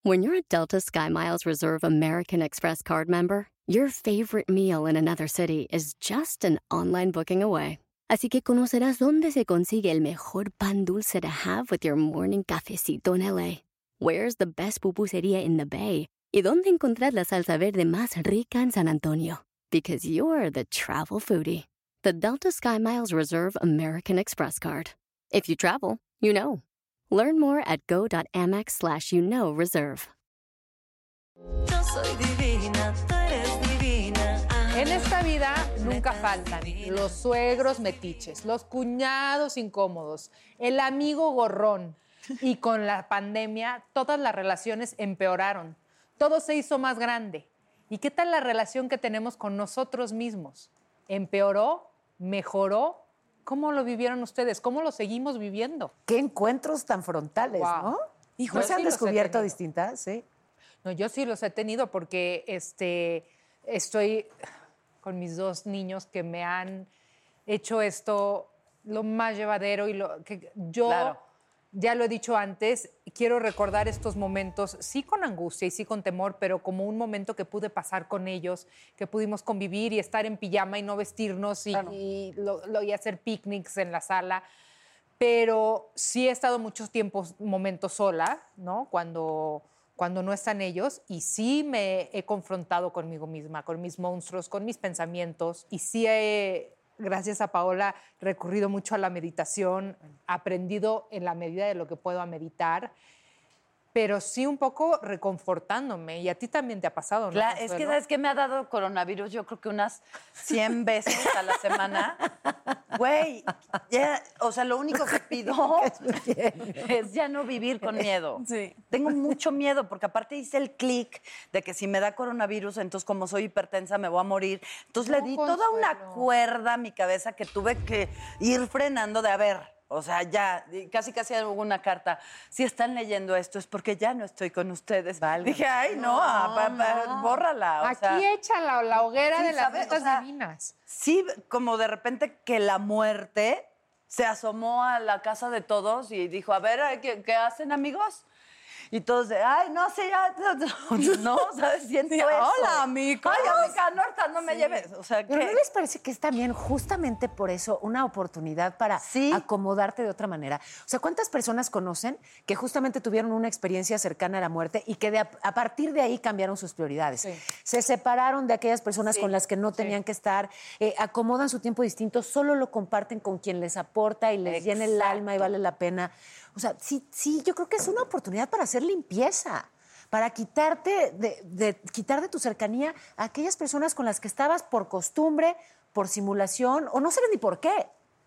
When you're a Delta SkyMiles Reserve American Express card member, your favorite meal in another city is just an online booking away. Así que conocerás dónde se consigue el mejor pan dulce to have with your morning cafecito en LA. Where's the best pupusería in the Bay? Y dónde encontrar la salsa verde más rica en San Antonio. Because you're the travel foodie. The Delta SkyMiles Reserve American Express card. If you travel, you know. Learn more at go.amex/reserve. Yo soy divina, tú eres divina. En esta vida nunca faltan los suegros metiches, los cuñados incómodos, el amigo gorrón. Y con la pandemia, todas las relaciones empeoraron. Todo se hizo más grande. ¿Y qué tal la relación que tenemos con nosotros mismos? ¿Empeoró? ¿Mejoró? ¿Cómo lo vivieron ustedes? ¿Cómo lo seguimos viviendo? Qué encuentros tan frontales, Wow. ¿no? Hijo, ¿No se han sí los he descubierto tenido. distintas? Sí. No, yo sí los he tenido porque estoy con mis dos niños que me han hecho esto lo más llevadero y lo que yo Claro. ya lo he dicho antes, quiero recordar estos momentos, sí con angustia y sí con temor, pero como un momento que pude pasar con ellos, que pudimos convivir y estar en pijama y no vestirnos y hacer picnics en la sala. Pero sí he estado muchos momentos sola, ¿no? Cuando no están ellos, y sí me he confrontado conmigo misma, con mis monstruos, con mis pensamientos, y sí he, gracias a Paola, recurrido mucho a la meditación, aprendido en la medida de lo que puedo a meditar, pero sí un poco reconfortándome, y a ti también te ha pasado, ¿no? Claro, es que, Consuelo? ¿sabes qué me ha dado coronavirus? Yo creo que unas 100 veces a la semana. Güey, ya, o sea, lo único que pido es ya no vivir con miedo. Sí. Tengo mucho miedo, porque aparte hice el clic de que si me da coronavirus, entonces como soy hipertensa me voy a morir. Entonces No, le di toda una Consuelo. cuerda a mi cabeza que tuve que ir frenando de, a ver, o sea, ya, casi hubo una carta. Si están leyendo esto es porque ya no estoy con ustedes. Dije, ay, no, bórrala. O Aquí sea, echa la hoguera sí, de las ¿sabes? metas O sea, divinas. sí, como de repente que la muerte se asomó a la casa de todos y dijo, a ver, ¿qué hacen, amigos? Y todos de, ay, no sé, ya, no, ¿sabes? Siento eso. Hola, amigos. Ay, amiga, Norta, no me lleves. O sea, Pero ¿qué? ¿no les parece que es también justamente por eso una oportunidad para Sí. acomodarte de otra manera? O sea, ¿cuántas personas conocen que justamente tuvieron una experiencia cercana a la muerte y que a partir de ahí cambiaron sus prioridades? Sí. Se separaron de aquellas personas Sí, con las que no sí. tenían que estar, acomodan su tiempo distinto, solo lo comparten con quien les aporta y les llena el alma y vale la pena. O sea, sí, yo creo que es una oportunidad para hacer limpieza, para quitarte quitar de tu cercanía a aquellas personas con las que estabas por costumbre, por simulación, o no sabes ni por qué.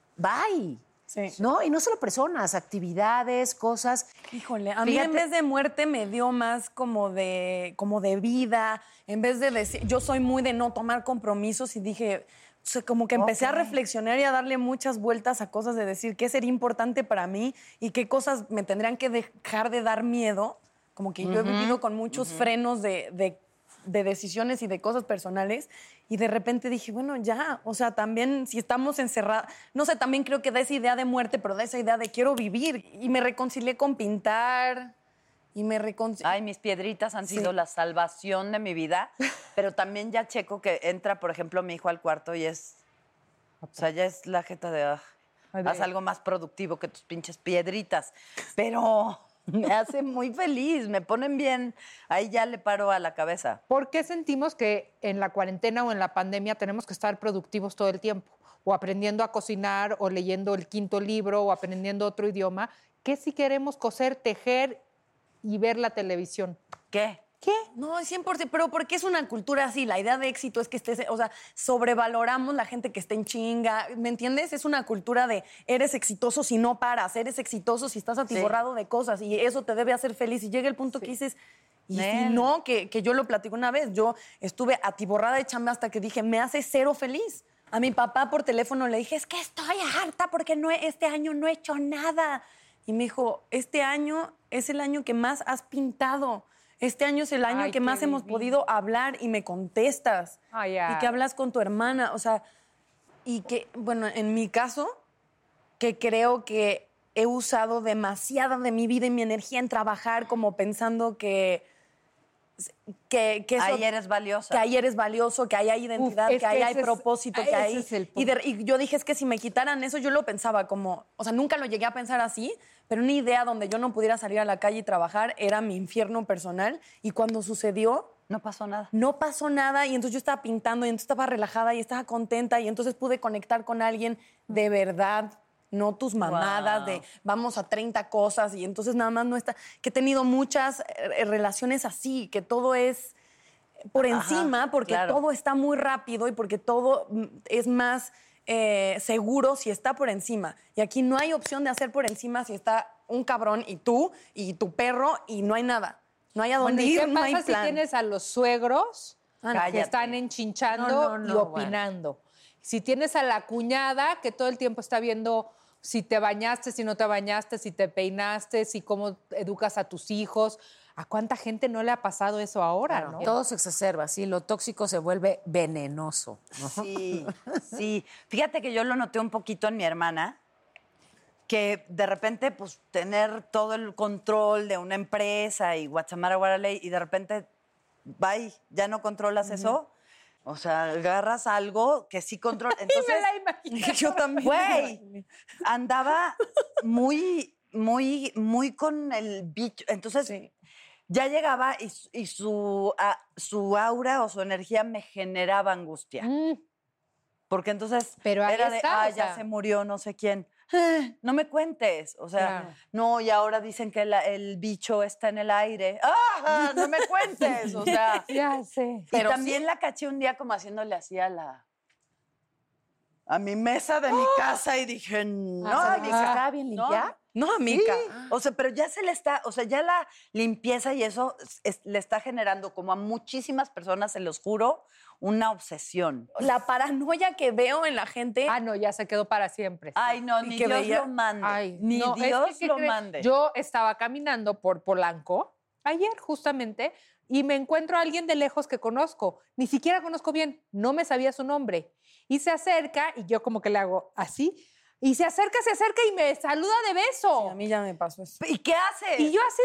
Bye. Sí. ¿No? Y no solo personas, actividades, cosas. Híjole, a mí Fíjate- en vez de muerte me dio más como de vida, en vez de decir, yo soy muy de no tomar compromisos y dije, o sea, como que empecé a reflexionar y a darle muchas vueltas a cosas de decir qué sería importante para mí y qué cosas me tendrían que dejar de dar miedo, como que yo he vivido con muchos frenos de decisiones y de cosas personales y de repente dije, bueno, ya, o sea, también si estamos encerrados, no sé, también creo que da esa idea de muerte, pero da esa idea de quiero vivir y me reconcilié con pintar y me reconcilié. Ay, mis piedritas han sido la salvación de mi vida, pero también ya checo que entra, por ejemplo, mi hijo al cuarto y es, o sea, ya es la jeta de, haz algo más productivo que tus pinches piedritas, pero me hace muy feliz, me ponen bien, ahí ya le paro a la cabeza. ¿Por qué sentimos que en la cuarentena o en la pandemia tenemos que estar productivos todo el tiempo? O aprendiendo a cocinar, o leyendo el quinto libro, o aprendiendo otro idioma. ¿Qué si queremos coser, tejer y ver la televisión? ¿Qué? ¿Qué? No, 100%, pero porque es una cultura así, la idea de éxito es que estés, o sea, sobrevaloramos la gente que está en chinga, ¿me entiendes? Es una cultura de eres exitoso si no paras, eres exitoso si estás atiborrado de cosas y eso te debe hacer feliz y llega el punto que dices, y si no, que yo lo platico una vez, yo estuve atiborrada de chamba hasta que dije, me hace cero feliz. A mi papá por teléfono le dije, es que estoy harta porque este año no he hecho nada. Y me dijo, este año es el año que más has pintado. Este año es el año Ay, que qué más hemos divino. podido hablar y me contestas. Ay, ay. Y que hablas con tu hermana. O sea, y que, bueno, en mi caso, que creo que he usado demasiada de mi vida y mi energía en trabajar como pensando que eso, ahí eres valiosa. que ahí eres valioso, que ahí hay identidad, es que ahí que hay ese es- propósito, que ese ahí... es el Y, punto. y yo dije, es que si me quitaran eso, yo lo pensaba como... O sea, nunca lo llegué a pensar así, pero una idea donde yo no pudiera salir a la calle y trabajar era mi infierno personal. Y cuando sucedió, No pasó nada. no pasó nada y entonces yo estaba pintando y entonces estaba relajada y estaba contenta y entonces pude conectar con alguien de verdad, no tus mamadas Wow. de vamos a 30 cosas y entonces nada más no está... Que he tenido muchas relaciones así, que todo es por encima porque claro. todo está muy rápido y porque todo es más seguro si está por encima. Y aquí no hay opción de hacer por encima si está un cabrón y tú y tu perro y no hay nada. No hay a dónde Bueno, ¿y ir, qué no hay pasa si plan. tienes a los suegros que Cállate. están enchinchando No, no, y no, opinando? Si tienes a la cuñada que todo el tiempo está viendo si te bañaste, si no te bañaste, si te peinaste, si cómo educas a tus hijos. ¿A cuánta gente no le ha pasado eso ahora, Claro, no? todo se exacerba, sí, lo tóxico se vuelve venenoso. ¿no? Sí, sí. Fíjate que yo lo noté un poquito en mi hermana, que de repente, pues, tener todo el control de una empresa y Guatemala, Guaraley, y de repente, bye, ya no controlas eso. O sea, agarras algo que sí controla. Entonces, me la imagino. Yo también. güey, andaba muy con el bicho. Entonces, Sí. ya llegaba y su aura o su energía me generaba angustia. Porque entonces Pero ahí era de, está, o ya sea. se murió no sé quién. No me cuentes. O sea, Claro. no, y ahora dicen que el bicho está en el aire. ¡Ah! No me cuentes. O sea, Ya sé. y también la caché un día como haciéndole así a mi mesa de mi casa y dije, no, Ah, amiga. ¿estaba bien limpia? No, amiga. O sea, pero ya se le está, o sea, ya la limpieza y eso le está generando como a muchísimas personas, se los juro, una obsesión. La paranoia que veo en la gente. Ah, no, ya se quedó para siempre. sí. Ay, no, Y ni que Dios veía- lo mande. Ay, ni no, es que, Dios ¿qué lo crees? mande. Yo estaba caminando por Polanco ayer justamente y me encuentro a alguien de lejos que conozco. Ni siquiera conozco bien, no me sabía su nombre. Y se acerca y yo como que le hago así. Y se acerca y me saluda de beso. Sí, a mí ya me pasó eso. ¿Y qué haces? Y yo así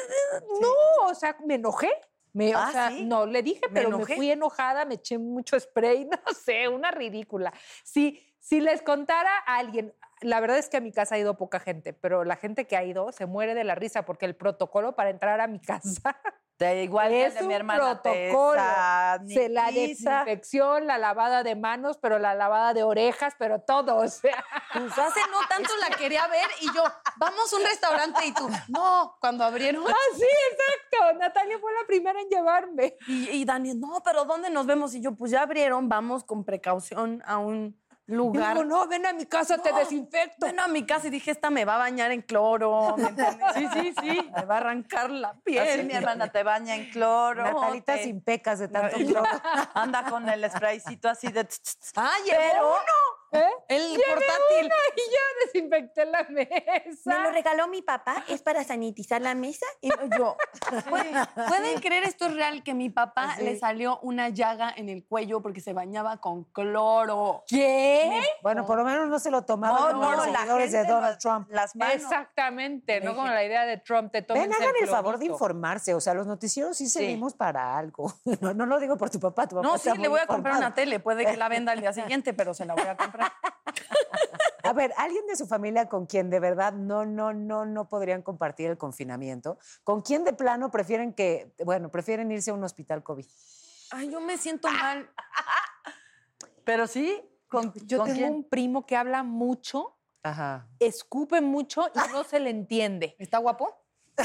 no, o sea, me enojé. O Ah, sea, ¿sí? no le dije, Me pero me enojé. fui enojada, me eché mucho spray, no sé, una ridícula. Si les contara a alguien, la verdad es que a mi casa ha ido poca gente, pero la gente que ha ido se muere de la risa porque el protocolo para entrar a mi casa Igual que el es de un mi hermana. te protocolo. La sanitiza. desinfección, la lavada de manos, pero la lavada de orejas, pero todo, o sea. Pues hace no tanto la quería ver y yo, vamos a un restaurante y tú, no, cuando abrieron. Ah, sí, exacto. Natalia fue la primera en llevarme. Y Dani, no, pero ¿dónde nos vemos? Y yo, pues ya abrieron, vamos con precaución a un lugar. Digo, no, ven a mi casa, te No, desinfecto. Bueno, a mi casa y dije, esta me va a bañar en cloro, ¿me entiendes? Sí. Me va a arrancar la piel. Así mi hermana te baña en cloro. Natalita te- sin pecas de tanto cloro. Anda con el spraycito así de... ¡Ah, llegó uno! ¿Eh? El Llegué portátil. una y ya desinfecté la mesa. regaló mi papá, es para sanitizar la mesa. Y yo, ¿pueden creer esto es real? Que mi papá le salió una llaga en el cuello porque se bañaba con cloro. ¿Qué? Bueno, por lo menos no se lo tomaban como los seguidores de Donald Trump. Las manos. Exactamente, no como la idea de Trump, te tomen Ven, hagan el favor de informarse. O sea, los noticieros sí servimos para algo. No lo digo por tu papá. Tu papá No, está sí, le muy voy a comprar informado. una tele. Puede que la venda al día siguiente, pero se la voy a comprar. A ver, alguien de su familia con quien de verdad no podrían compartir el confinamiento, ¿con quién de plano prefieren irse a un hospital COVID? Ay, yo me siento mal. Pero sí, Yo ¿con tengo quién? un primo que habla mucho, Ajá. escupe mucho y no se le entiende. ¿Está guapo?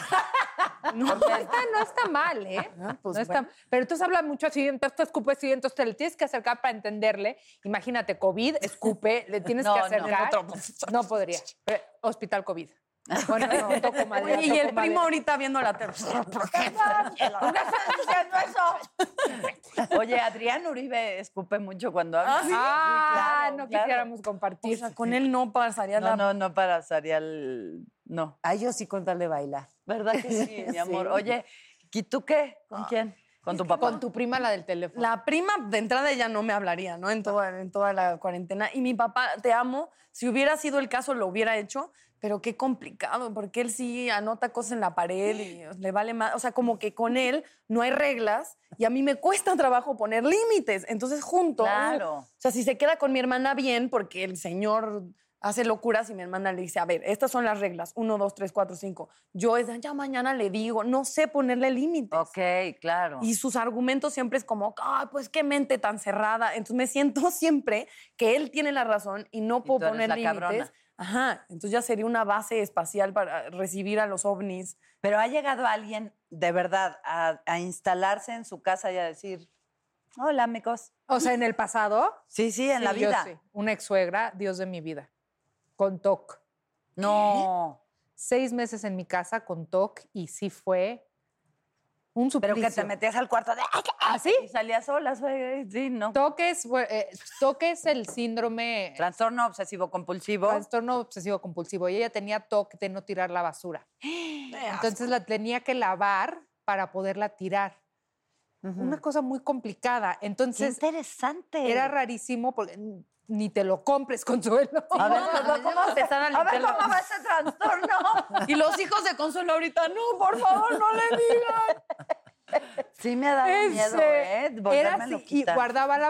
No está mal, ¿eh? pues No está- bueno. Pero entonces habla mucho así, entonces tú escupes y entonces te le tienes que acercar para entenderle. Imagínate, COVID, escupe, le tienes No, que no. acercar. No podría. Hospital COVID. Bueno, no, toco madera, Oye, y toco el primo madera. ahorita viendo la tele. ¿Por qué? ¿Por qué estás diciendo eso? Oye, Adrián Uribe escupe mucho cuando habla. Ah, ¿sí? Ah, no claro. quisiéramos O compartir. sea, con él no pasaría la... No para Sarial, no. Ay, yo sí con tal de bailar. ¿Verdad que sí, mi amor? Sí. Oye, ¿y tú qué? ¿Con quién? ¿Con tu papá? Con tu prima, la del teléfono. La prima, de entrada, ella no me hablaría, ¿no? En toda la cuarentena. Y mi papá, te amo. Si hubiera sido el caso, lo hubiera hecho. Pero qué complicado, porque él sí anota cosas en la pared y le vale más. O sea, como que con él no hay reglas y a mí me cuesta trabajo poner límites. Entonces, juntos. Claro. O sea, si se queda con mi hermana bien, porque el señor hace locuras y mi hermana le dice, a ver, estas son las reglas, 1, 2, 3, 4, 5. Yo ya mañana le digo, no sé ponerle límites. Ok, claro. Y sus argumentos siempre es como, ay, pues qué mente tan cerrada. Entonces me siento siempre que él tiene la razón y no puedo tú eres poner la límites. cabrona. Ajá, entonces ya sería una base espacial para recibir a los ovnis. Pero ha llegado alguien de verdad a instalarse en su casa y a decir, hola, amigos. O sea, en el pasado. Sí, en la Sí, yo vida. sí. Una ex suegra, Dios de mi vida, con TOC. No. 6 meses en mi casa con TOC y sí fue un Pero suplicio. que te metías al cuarto de... ¿Ah, sí? Y salías sola, sí, ¿no? TOC es el síndrome... Trastorno obsesivo-compulsivo. Trastorno obsesivo compulsivo. Y ella tenía TOC de no tirar la basura. Entonces la tenía que lavar para poderla tirar. Una cosa muy complicada. Qué Entonces interesante. era rarísimo porque ni te lo compres, Consuelo. A ver, Vamos a empezar a a ver limpiar cómo va ese trastorno. Y los hijos de Consuelo ahorita, no, por favor, no le digan. Sí me ha dado miedo, ¿eh? Era Volverme así, y loquita. guardaba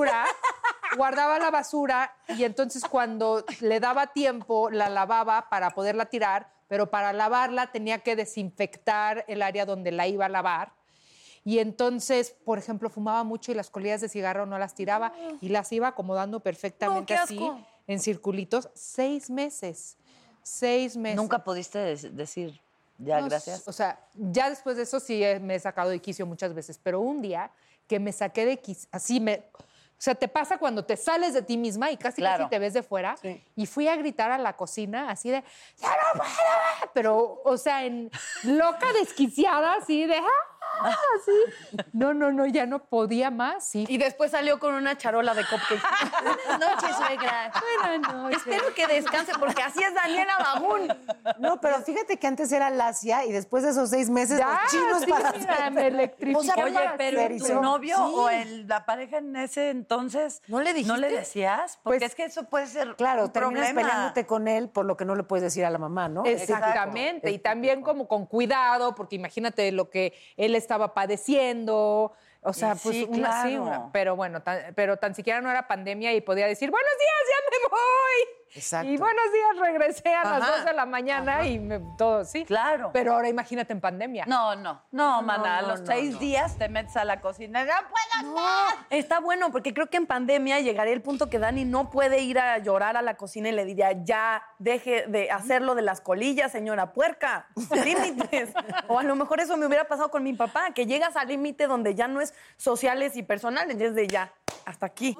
la basura y entonces cuando le daba tiempo la lavaba para poderla tirar, pero para lavarla tenía que desinfectar el área donde la iba a lavar. Y entonces, por ejemplo, fumaba mucho y las colillas de cigarro no las tiraba y las iba acomodando perfectamente No, qué así, asco. en circulitos. 6 meses. 6 meses. Nunca pudiste decir, ya, No, gracias. O sea, ya después de eso sí me he sacado de quicio muchas veces, pero un día que me saqué de quicio, o sea, te pasa cuando te sales de ti misma y casi te ves de fuera. Sí. Y fui a gritar a la cocina así de, ¡ya no puedo! Pero, o sea, en loca desquiciada, así de, así. No, ya no podía más, sí. Y después salió con una charola de cupcakes. Buenas noches, suegra. Buenas noches. Espero que descanse, porque así es Daniela Bagún. No, pero fíjate que antes era lacia y después de esos 6 meses Ya, los chinos sí, para mira, me electrificó. Oye, pero serio. ¿tu novio Sí. o la pareja en ese entonces ¿No le dijiste? ¿No le decías? Porque Pues, es que eso puede ser Claro, un terminas problema. peleándote con él por lo que no le puedes decir a la mamá, ¿no? Exactamente, y también como con cuidado, porque imagínate lo que él estaba padeciendo, o sea, Y pues sí, claro. pero bueno, pero tan siquiera no era pandemia y podía decir, buenos días, ya me voy. Exacto. Y buenos días, regresé a las Ajá. 2 de la mañana y todo, sí. Claro. Pero ahora imagínate en pandemia. No, maná. A los 6 días te metes a la cocina. ¡No puedo más! Está bueno, porque creo que en pandemia llegaría el punto que Dani no puede ir a llorar a la cocina y le diría, ya, deje de hacerlo de las colillas, señora puerca, límites. O a lo mejor eso me hubiera pasado con mi papá, que llegas al límite donde ya no es sociales y personales, es de ya, hasta aquí.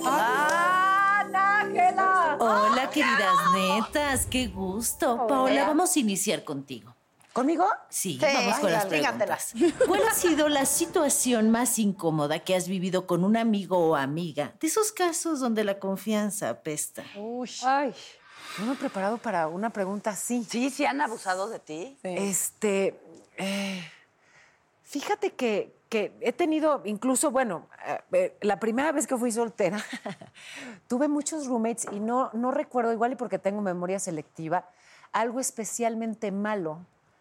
¡Ángela! Hola, queridas netas, qué gusto. Paola, vamos a iniciar contigo. ¿Conmigo? Sí, Sí, vamos con las preguntas. ¿Cuál ha sido la situación más incómoda que has vivido con un amigo o amiga? De esos casos donde la confianza apesta. Ay, No me he preparado para una pregunta así. ¿Sí han abusado de ti? Fíjate que he tenido, incluso, bueno, la primera vez que fui soltera, tuve muchos roommates y no recuerdo, igual y porque tengo memoria selectiva, algo especialmente malo.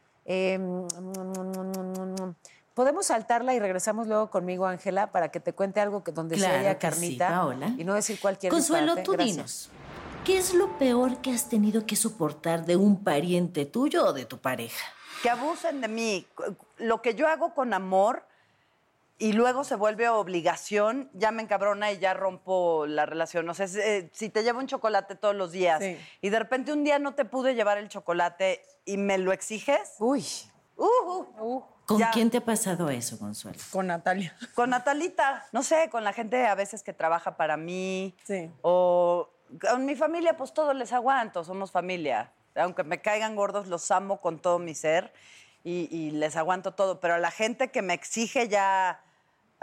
Podemos saltarla y regresamos luego conmigo, Ángela, para que te cuente algo donde Claro se haya que sí, carnita Paola. y no decir cualquier Consuelo, disparate. tú Gracias. dinos, ¿qué es lo peor que has tenido que soportar de un pariente tuyo o de tu pareja? Que abusen de mí. Lo que yo hago con amor y luego se vuelve obligación, ya me encabrona y ya rompo la relación. O sea, si te llevo un chocolate todos los días y de repente un día no te pude llevar el chocolate y me lo exiges, Uy, ¿Con ya. quién te ha pasado eso, Consuelo? Con Natalia. con Natalita, no sé, con la gente a veces que trabaja para mí. Sí. O con mi familia, pues todo les aguanto, somos familia. Aunque me caigan gordos, los amo con todo mi ser y les aguanto todo. Pero a la gente que me exige ya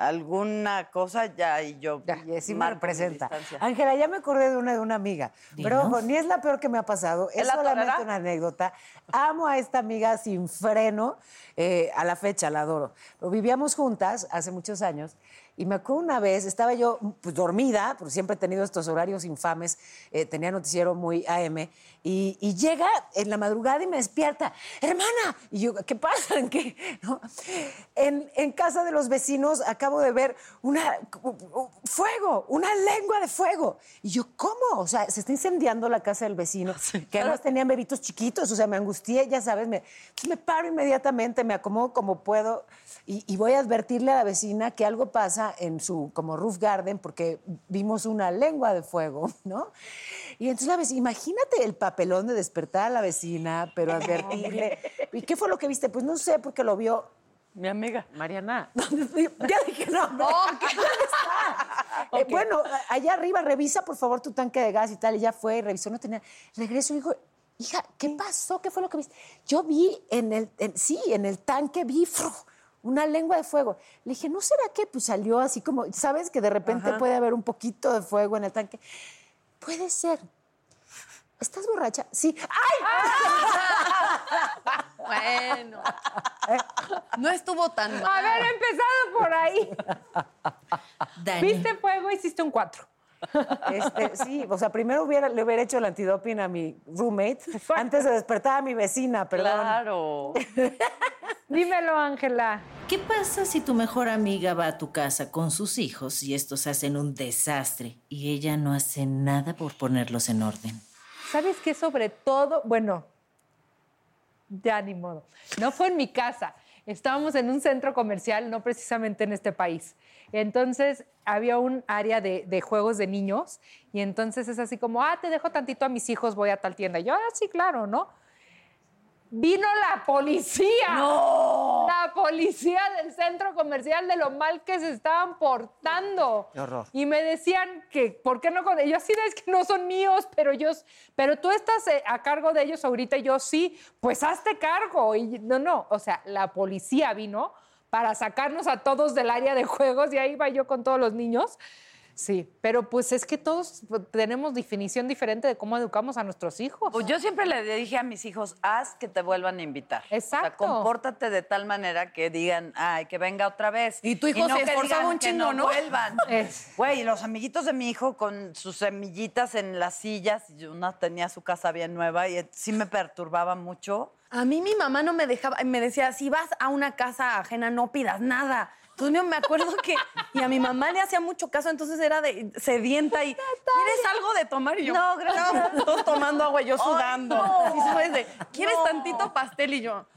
alguna cosa ya y yo sí me marco mi representa. distancia. Ángela, ya me acordé de una amiga. Pero ojo, ni es la peor que me ha pasado. Es ¿La solamente tolera? una anécdota. Amo a esta amiga sin freno. A la fecha la adoro. Pero vivíamos juntas hace muchos años. Y me acuerdo una vez, estaba yo pues, dormida, porque siempre he tenido estos horarios infames, tenía noticiero muy AM, y llega en la madrugada y me despierta, hermana, y yo, ¿qué pasa? ¿En qué? ¿No? En casa de los vecinos acabo de ver fuego, una lengua de fuego. Y yo, ¿cómo? O sea, se está incendiando la casa del vecino, que además tenían bebitos chiquitos, o sea, me angustié, ya sabes, me paro inmediatamente, me acomodo como puedo, y voy a advertirle a la vecina que algo pasa en su como roof garden porque vimos una lengua de fuego, ¿no? Y entonces la vecina, imagínate el papelón de despertar a la vecina, pero advertirle. ¿Y qué fue lo que viste? Pues no sé, porque lo vio mi amiga. Mariana. Ya dije nombre. ¿Dónde está? Okay. Bueno, allá arriba, revisa por favor tu tanque de gas y tal. Y ya fue, revisó, no tenía. Regreso y dijo, hija, ¿qué pasó? ¿Qué fue lo que viste? Yo vi en el tanque, vi una lengua de fuego. Le dije, ¿no será que pues, salió así como, sabes que de repente puede haber un poquito de fuego en el tanque? Puede ser. ¿Estás borracha? Sí. ¡Ay! Bueno. No estuvo tan mal. A ver, empezado por ahí. Dani. Viste fuego, hiciste un 4. Sí, o sea, primero le hubiera hecho el antidoping a mi roommate antes de despertar a mi vecina, perdón. Claro. Dímelo, Ángela. ¿Qué pasa si tu mejor amiga va a tu casa con sus hijos y estos hacen un desastre y ella no hace nada por ponerlos en orden? ¿Sabes qué? Sobre todo, bueno, ya ni modo. No fue en mi casa. Estábamos en un centro comercial, no precisamente en este país. Entonces, había un área de juegos de niños y entonces es así como, te dejo tantito a mis hijos, voy a tal tienda. Y yo, sí, claro, ¿no? Vino la policía. ¡No! La policía del centro comercial de lo mal que se estaban portando. Qué horror. Y me decían que, ¿por qué no? Yo así es que no son míos, pero tú estás a cargo de ellos ahorita. Y yo, sí, pues hazte cargo. Y no, o sea, la policía vino para sacarnos a todos del área de juegos y ahí iba yo con todos los niños. Sí, pero pues es que todos tenemos definición diferente de cómo educamos a nuestros hijos. Pues yo siempre le dije a mis hijos, haz que te vuelvan a invitar. Exacto. O sea, compórtate de tal manera que digan, que venga otra vez. Y tu hijo se esforzaba un chingo, ¿no? Vuelvan. Güey, los amiguitos de mi hijo con sus semillitas en las sillas, y una tenía su casa bien nueva y sí me perturbaba mucho. A mí mi mamá no me dejaba, me decía, si vas a una casa ajena no pidas nada. Entonces me acuerdo que, y a mi mamá le hacía mucho caso, entonces era de sedienta y, ¿quieres algo de tomar? Y yo, no, gracias. Todos tomando agua y yo sudando. No. Y después de, ¿quieres tantito pastel? Y yo...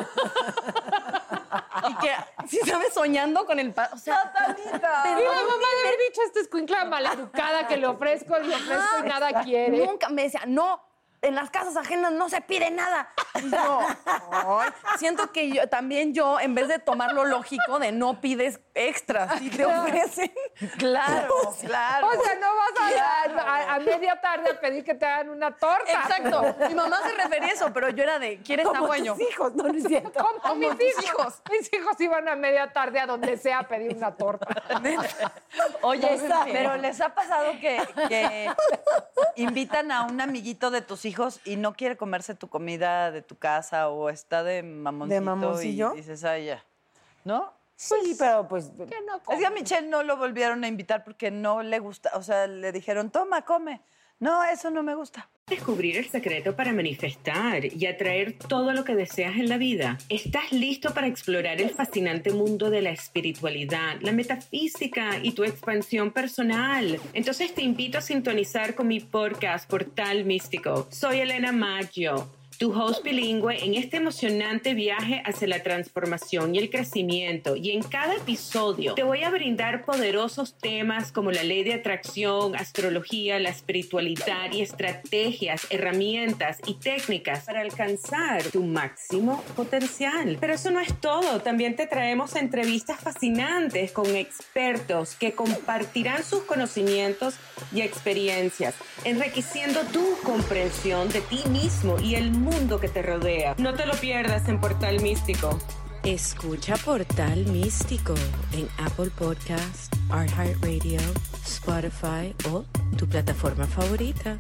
Y que, si sabes, soñando con el pastel. O sea, Natalita. Y la mamá de haber dicho, esta escuincla maleducada que le ofrezco y nada quiere. Nunca me decía, no. En las casas ajenas no se pide nada. Y yo, siento que yo, en vez de tomar lo lógico de no pides extras, si te ofrecen. Claro, claro. O sea, no vas a media tarde a pedir que te hagan una torta. Exacto. Mi mamá se refería a eso, pero yo era de, ¿quieres agua? Yo. Mis hijos, no es cierto. Como mis hijos. Mis hijos iban a media tarde a donde sea a pedir una torta. Oye, pero ¿les ha pasado que invitan a un amiguito de tus hijos y no quiere comerse tu comida de tu casa o está de mamoncito? ¿De mamoncillo? Y dices, ya. ¿No? Sí, pero pues... Es que a Michelle no lo volvieron a invitar porque no le gusta. O sea, le dijeron, toma, come. No, eso no me gusta. Descubrir el secreto para manifestar y atraer todo lo que deseas en la vida. ¿Estás listo para explorar el fascinante mundo de la espiritualidad, la metafísica y tu expansión personal? Entonces te invito a sintonizar con mi podcast Portal Místico. Soy Elena Maggio, tu host bilingüe en este emocionante viaje hacia la transformación y el crecimiento. Y en cada episodio te voy a brindar poderosos temas como la ley de atracción, astrología, la espiritualidad y estrategias, herramientas y técnicas para alcanzar tu máximo potencial. Pero eso no es todo. También te traemos entrevistas fascinantes con expertos que compartirán sus conocimientos y experiencias, enriqueciendo tu comprensión de ti mismo y el mundo que te rodea. No te lo pierdas en Portal Místico. Escucha Portal Místico en Apple Podcast, iHeartRadio, Spotify o tu plataforma favorita.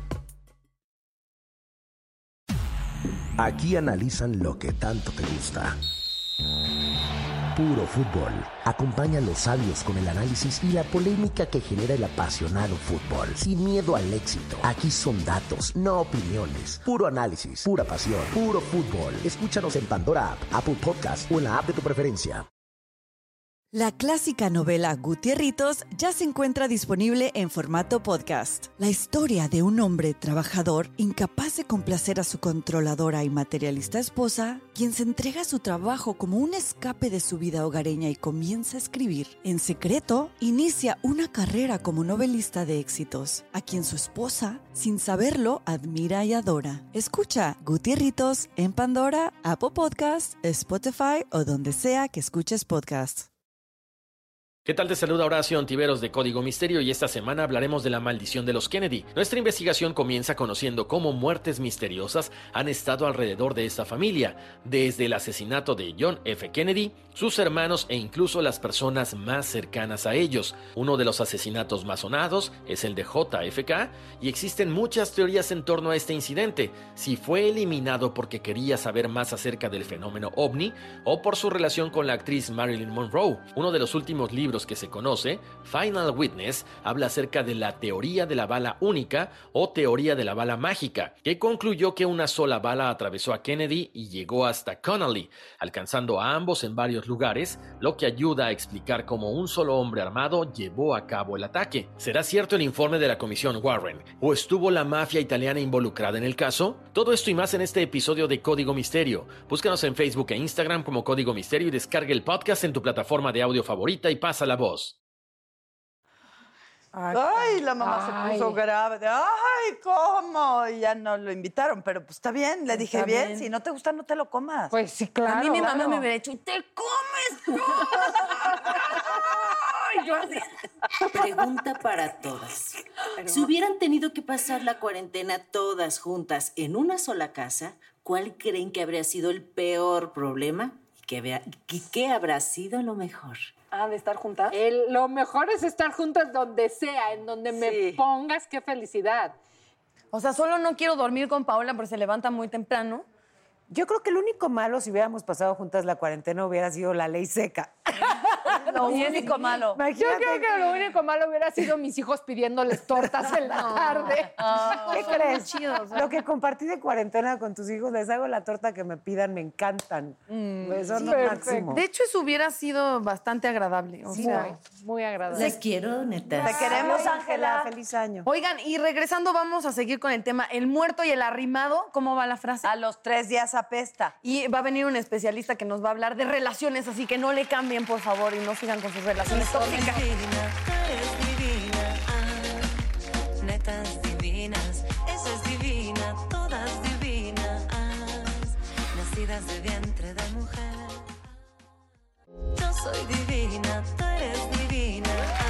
Aquí analizan lo que tanto te gusta. Puro fútbol. Acompaña a los sabios con el análisis y la polémica que genera el apasionado fútbol. Sin miedo al éxito. Aquí son datos, no opiniones. Puro análisis, pura pasión, puro fútbol. Escúchanos en Pandora App, Apple Podcast o en la app de tu preferencia. La clásica novela Gutierritos ya se encuentra disponible en formato podcast. La historia de un hombre trabajador incapaz de complacer a su controladora y materialista esposa, quien se entrega a su trabajo como un escape de su vida hogareña y comienza a escribir. En secreto, inicia una carrera como novelista de éxitos, a quien su esposa, sin saberlo, admira y adora. Escucha Gutierritos en Pandora, Apple Podcast, Spotify o donde sea que escuches podcasts. ¿Qué tal? Te saluda Horacio Ontiveros de Código Misterio y esta semana hablaremos de la maldición de los Kennedy. Nuestra investigación comienza conociendo cómo muertes misteriosas han estado alrededor de esta familia, desde el asesinato de John F. Kennedy, sus hermanos e incluso las personas más cercanas a ellos. Uno de los asesinatos más sonados es el de JFK y existen muchas teorías en torno a este incidente, si fue eliminado porque quería saber más acerca del fenómeno ovni o por su relación con la actriz Marilyn Monroe. Uno de los últimos libros que se conoce, Final Witness, habla acerca de la teoría de la bala única o teoría de la bala mágica, que concluyó que una sola bala atravesó a Kennedy y llegó hasta Connally, alcanzando a ambos en varios lugares, lo que ayuda a explicar cómo un solo hombre armado llevó a cabo el ataque. ¿Será cierto el informe de la Comisión Warren? ¿O estuvo la mafia italiana involucrada en el caso? Todo esto y más en este episodio de Código Misterio. Búscanos en Facebook e Instagram como Código Misterio y descarga el podcast en tu plataforma de audio favorita y pasa la voz. Ay, la mamá se puso grave. Ay, ¿cómo? Y ya no lo invitaron, pero pues está bien. Le dije, bien, si no te gusta, no te lo comas. Pues sí, claro. A mí mi mamá me hubiera dicho, ¡te comes todo! Yo así. Pregunta para todas. Si hubieran tenido que pasar la cuarentena todas juntas en una sola casa, ¿cuál creen que habría sido el peor problema? ¿Qué habrá sido lo mejor? ¿De estar juntas? Lo mejor es estar juntas donde sea, en donde me pongas, qué felicidad. O sea, solo no quiero dormir con Paola porque se levanta muy temprano. Yo creo que el único malo, si hubiéramos pasado juntas la cuarentena, hubiera sido la ley seca. Lo único malo. Yo creo que lo único malo hubiera sido mis hijos pidiéndoles tortas en la tarde. ¿Qué crees? Chido, o sea. Lo que compartí de cuarentena con tus hijos, les hago la torta que me pidan, me encantan. Son lo máximo. De hecho, eso hubiera sido bastante agradable. O sea, muy agradable. Les quiero, neta. Te queremos, Ángela. Feliz año. Oigan, y regresando, vamos a seguir con el tema. El muerto y el arrimado, ¿cómo va la frase? A los 3 días apesta. Y va a venir un especialista que nos va a hablar de relaciones, así que no le cambien, por favor, y no sigan con sus relaciones tóxicas. Eres divina, netas divinas, esa es divina, todas divinas, nacidas de vientre de mujer. Yo soy divina, tú eres divina,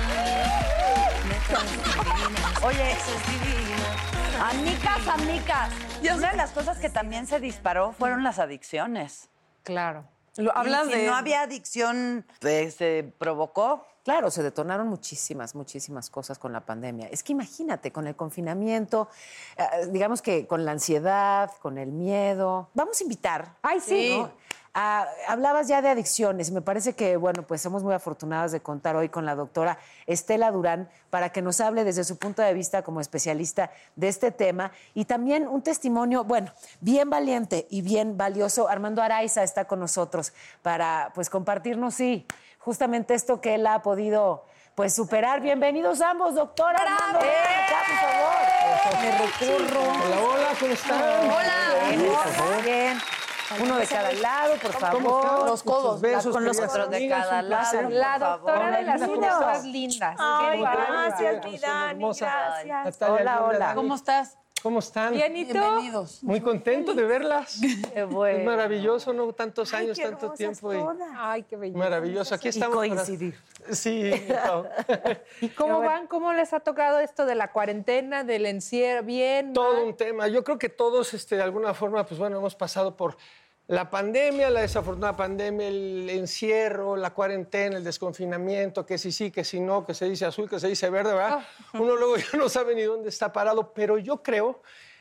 netas divinas. Oye, esa es divina. Amigas. Una de las cosas que también se disparó fueron las adicciones. Claro. Hablas y si de... no había adicción, se provocó. Claro, se detonaron muchísimas cosas con la pandemia. Es que imagínate, con el confinamiento, digamos que con la ansiedad, con el miedo. Vamos a invitar. Ay, sí. ¿No? Hablabas ya de adicciones. Me parece que, bueno, pues somos muy afortunadas de contar hoy con la doctora Estela Durán para que nos hable desde su punto de vista como especialista de este tema y también un testimonio, bueno, bien valiente y bien valioso. Armando Araiza está con nosotros para, pues, compartirnos, sí, justamente esto que él ha podido, pues, superar. Bienvenidos ambos, doctora. Armando, acá, por favor. Me recurro. Hola, ¿cómo están? Hola. Bien. Uno de cada lado, por favor. Los codos. Besos, con los otros de cada lado. La doctora de las cosas lindas. Ay, gracias, mi Dani, gracias. Hola. ¿Cómo estás? ¿Cómo están? Bien, ¿y tú? Bienvenidos. Muy contento de verlas. Qué bueno. Es maravilloso, ¿no? Tantos años, qué tanto tiempo. Ay, qué belleza. Maravilloso. Aquí estamos. coincidir. Sí. No. ¿Y cómo van? ¿Cómo les ha tocado esto de la cuarentena, del encierro? ¿Bien? Todo un tema. Yo creo que todos, de alguna forma, pues bueno, hemos pasado por la pandemia, la desafortunada pandemia, el encierro, la cuarentena, el desconfinamiento, que sí, que sí no, que se dice azul, que se dice verde, ¿verdad? Uno luego ya no sabe ni dónde está parado, pero yo creo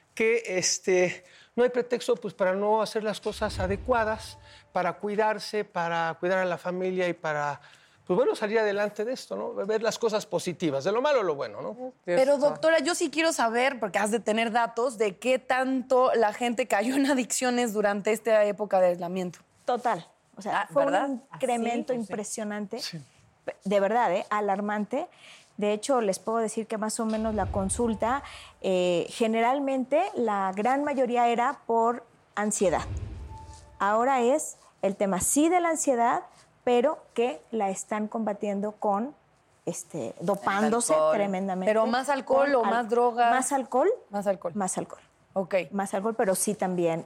que no hay pretexto pues, para no hacer las cosas adecuadas, para cuidarse, para cuidar a la familia y para, pues bueno, salir adelante de esto, ¿no? Ver las cosas positivas, de lo malo lo bueno, ¿no? Pero, doctora, yo sí quiero saber, porque has de tener datos, de qué tanto la gente cayó en adicciones durante esta época de aislamiento. Total. O sea, fue ¿verdad? un incremento impresionante. Sí. De verdad, alarmante. De hecho, les puedo decir que más o menos la consulta, generalmente la gran mayoría era por ansiedad. Ahora es el tema sí de la ansiedad, pero que la están combatiendo con dopándose tremendamente. ¿Pero más alcohol o más drogas? Más alcohol. Más alcohol. Más alcohol. Ok. Más alcohol, pero sí también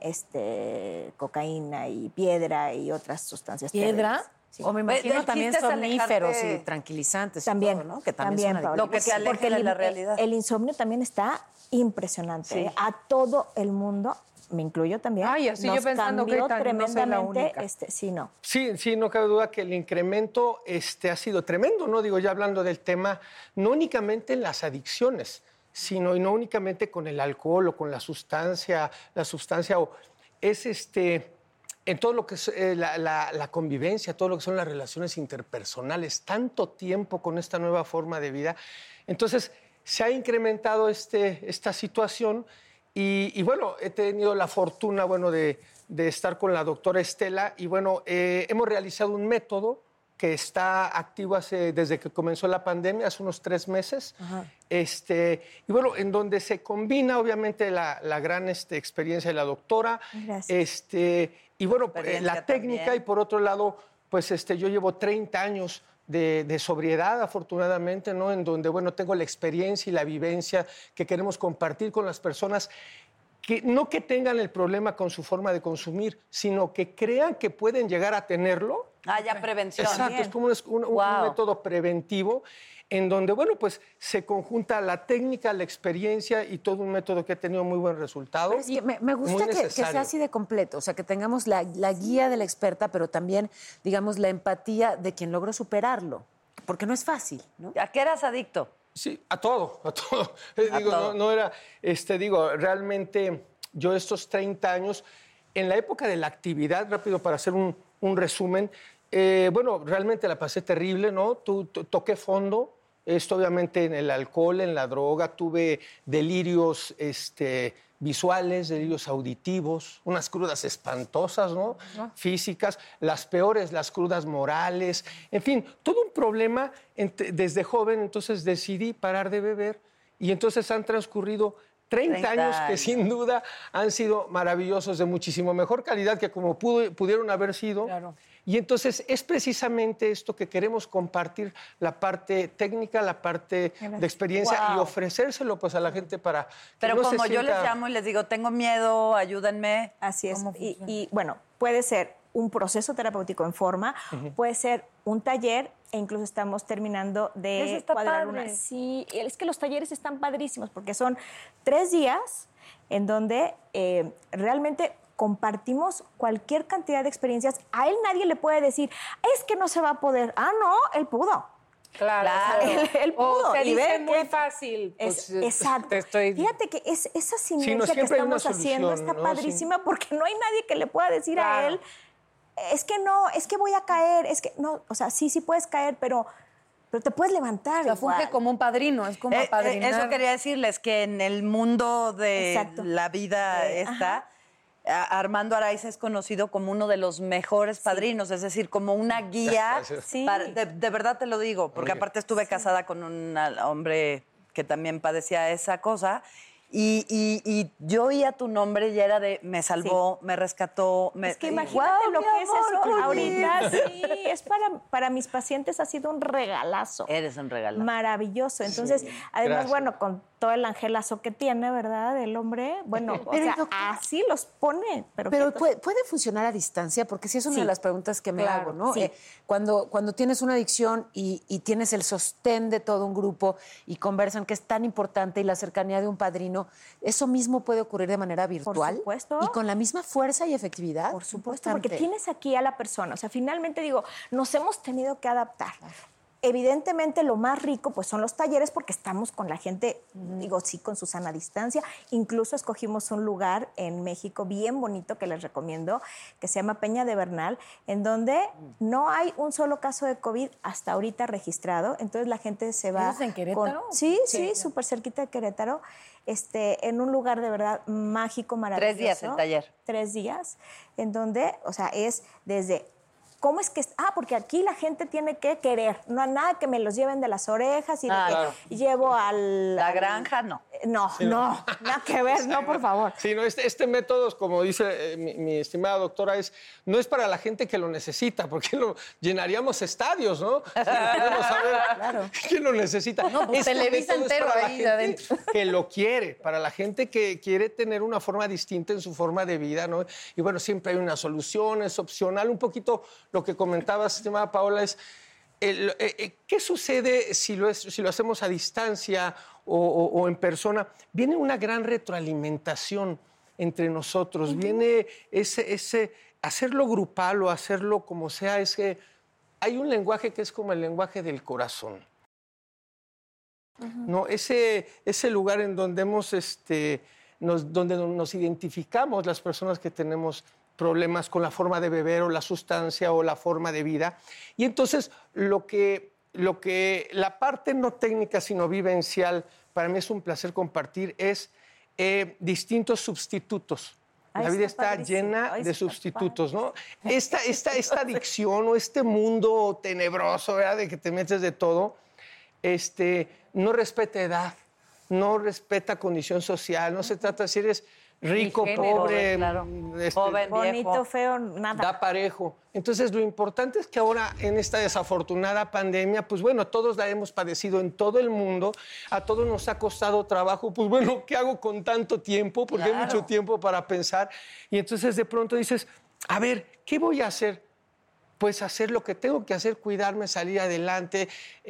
cocaína y piedra y otras sustancias. ¿Piedra? Sí. O me imagino también somníferos y tranquilizantes. También, y todo, ¿no? Que también son lo que te aleja de la realidad. El insomnio también está impresionante. Sí. A todo el mundo, me incluyo también. Ay, así yo pensando que tremendamente. No soy la única. Sí, no cabe duda que el incremento ha sido tremendo, ¿no? Digo, ya hablando del tema, no únicamente en las adicciones, sino y no únicamente con el alcohol o con la sustancia o es en todo lo que es la convivencia, todo lo que son las relaciones interpersonales, tanto tiempo con esta nueva forma de vida. Entonces, se ha incrementado esta situación y bueno, he tenido la fortuna, bueno, de estar con la doctora Estela y bueno, hemos realizado un método que está activo desde que comenzó la pandemia, hace unos 3 meses. Ajá. Y bueno, en donde se combina obviamente la gran experiencia de la doctora. Gracias. Y bueno, la técnica también. Y por otro lado, pues yo llevo 30 años de sobriedad, afortunadamente, ¿no? En donde, bueno, tengo la experiencia y la vivencia que queremos compartir con las personas, que no que tengan el problema con su forma de consumir, sino que crean que pueden llegar a tenerlo. Ya prevención. Exacto, bien. Es como un método preventivo en donde, bueno, pues se conjunta la técnica, la experiencia y todo un método que ha tenido muy buen resultado. Pero es que me gusta que sea así de completo, o sea, que tengamos la guía de la experta, pero también, digamos, la empatía de quien logró superarlo, porque no es fácil, ¿no? ¿A qué eras adicto? Sí, a todo. No era, realmente yo estos 30 años, en la época de la actividad, rápido para hacer un resumen, bueno, realmente la pasé terrible, ¿no? Toqué fondo, obviamente en el alcohol, en la droga, tuve delirios visuales, delirios auditivos, unas crudas espantosas, ¿no? Físicas, las peores, las crudas morales, en fin, todo un problema desde joven. Entonces decidí parar de beber y entonces han transcurrido 30 años que sin duda han sido maravillosos, de muchísimo mejor calidad que como pudieron haber sido. Claro. Y entonces es precisamente esto que queremos compartir, la parte técnica, la parte de experiencia y ofrecérselo pues a la gente para que Pero no como se yo sienta... les llamo y les digo, tengo miedo, ayúdenme. Así es. Y bueno, puede ser un proceso terapéutico en forma, puede ser un taller e incluso estamos terminando de cuadrar una. Sí, es que los talleres están padrísimos porque son 3 días en donde realmente compartimos cualquier cantidad de experiencias. A él nadie le puede decir, es que no se va a poder. No, él pudo. Claro. Él pudo. Se y dice muy fácil. Pues, exacto. Fíjate que esa sinergia que estamos haciendo está padrísima porque no hay nadie que le pueda decir a él, es que no, es que voy a caer, es que no, o sea, sí puedes caer, pero te puedes levantar. O sea, funge como un padrino, es como apadrinar. Eso quería decirles, que en el mundo de la vida Armando Araiza es conocido como uno de los mejores padrinos, es decir, como una guía. De verdad te lo digo, porque aparte estuve casada con un hombre que también padecía esa cosa. Y yo oía tu nombre y era de me salvó, me rescató. Es que imagínate lo que es eso. Ahorita es para mis pacientes ha sido un regalazo. Eres un regalazo. Maravilloso. Entonces, además, bueno, con todo el angelazo que tiene, ¿verdad? El hombre, bueno, así los pone. Pero ¿puede funcionar a distancia? Porque sí es una de las preguntas que me hago, ¿no? Sí. Cuando tienes una adicción y tienes el sostén de todo un grupo y conversan, que es tan importante, y la cercanía de un padrino, ¿eso mismo puede ocurrir de manera virtual? Por supuesto. ¿Y con la misma fuerza y efectividad? Por supuesto, porque tienes aquí a la persona. O sea, finalmente digo, nos hemos tenido que adaptar. Evidentemente lo más rico pues son los talleres porque estamos con la gente, digo, sí, con su sana distancia. Incluso escogimos un lugar en México bien bonito que les recomiendo, que se llama Peña de Bernal, en donde no hay un solo caso de COVID hasta ahorita registrado. Entonces la gente se va... ¿Es en Querétaro? Sí, súper cerquita de Querétaro. En un lugar de verdad mágico, maravilloso. 3 días el taller. 3 días, en donde, o sea, es desde... ¿Cómo es que...? Porque aquí la gente tiene que querer. No nada que me los lleven de las orejas y llevo al... La granja, no. No, nada que ver, no, por favor. Sí, no, este método, como dice mi estimada doctora, no es para la gente que lo necesita, porque llenaríamos estadios, ¿no? Si queremos saber quién lo necesita. No, pues Televisa entero ahí adentro. Que lo quiere, para la gente que quiere tener una forma distinta en su forma de vida, ¿no? Y bueno, siempre hay una solución, es opcional. Un poquito lo que comentabas, estimada Paola, es ¿qué sucede si lo hacemos a distancia o en persona? Viene una gran retroalimentación entre nosotros, viene ese hacerlo grupal o hacerlo como sea, hay un lenguaje que es como el lenguaje del corazón. ¿No? Ese lugar en donde donde nos identificamos las personas que tenemos problemas con la forma de beber o la sustancia o la forma de vida. Y entonces la parte no técnica sino vivencial, para mí es un placer compartir, es distintos sustitutos. La vida está llena de sustitutos, ¿no? Esta adicción o este mundo tenebroso, ¿verdad? De que te metes de todo, no respeta edad, no respeta condición social, no se trata de si eres rico, pobre, joven, bonito, viejo, feo, nada. Da parejo. Entonces, lo importante es que ahora, en esta desafortunada pandemia, pues bueno, todos la hemos padecido en todo el mundo, a todos nos ha costado trabajo, pues bueno, ¿qué hago con tanto tiempo? Porque hay mucho tiempo para pensar. Y entonces, de pronto dices, a ver, ¿qué voy a hacer? Pues hacer lo que tengo que hacer, cuidarme, salir adelante,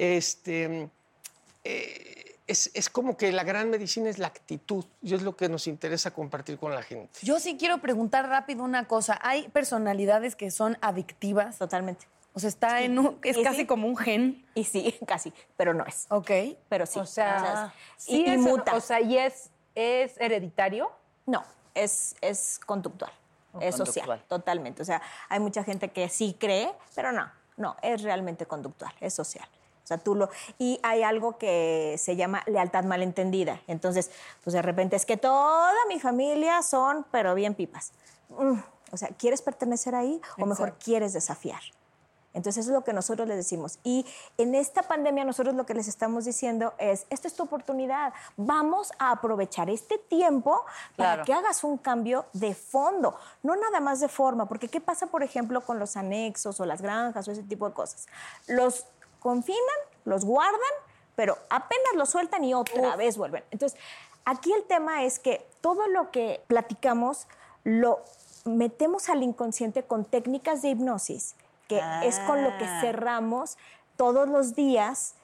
Es como que la gran medicina es la actitud y es lo que nos interesa compartir con la gente. Yo sí quiero preguntar rápido una cosa. ¿Hay personalidades que son adictivas? Totalmente. O sea, es casi como un gen. Y sí, casi, pero no es. Ok. Pero sí. O sea, y muta. O sea, ¿y es hereditario? No, es conductual. Es social, totalmente. O sea, hay mucha gente que sí cree, pero no, es realmente conductual, es social. O sea, y hay algo que se llama lealtad malentendida. Entonces, pues de repente es que toda mi familia son, pero bien pipas. O sea, ¿quieres pertenecer ahí o mejor quieres desafiar? Entonces, eso es lo que nosotros les decimos. Y en esta pandemia nosotros lo que les estamos diciendo es, esta es tu oportunidad. Vamos a aprovechar este tiempo para que hagas un cambio de fondo, no nada más de forma. Porque ¿qué pasa, por ejemplo, con los anexos o las granjas o ese tipo de cosas? Los confinan, los guardan, pero apenas los sueltan y otra vez vuelven. Entonces, aquí el tema es que todo lo que platicamos lo metemos al inconsciente con técnicas de hipnosis, que es con lo que cerramos todos los días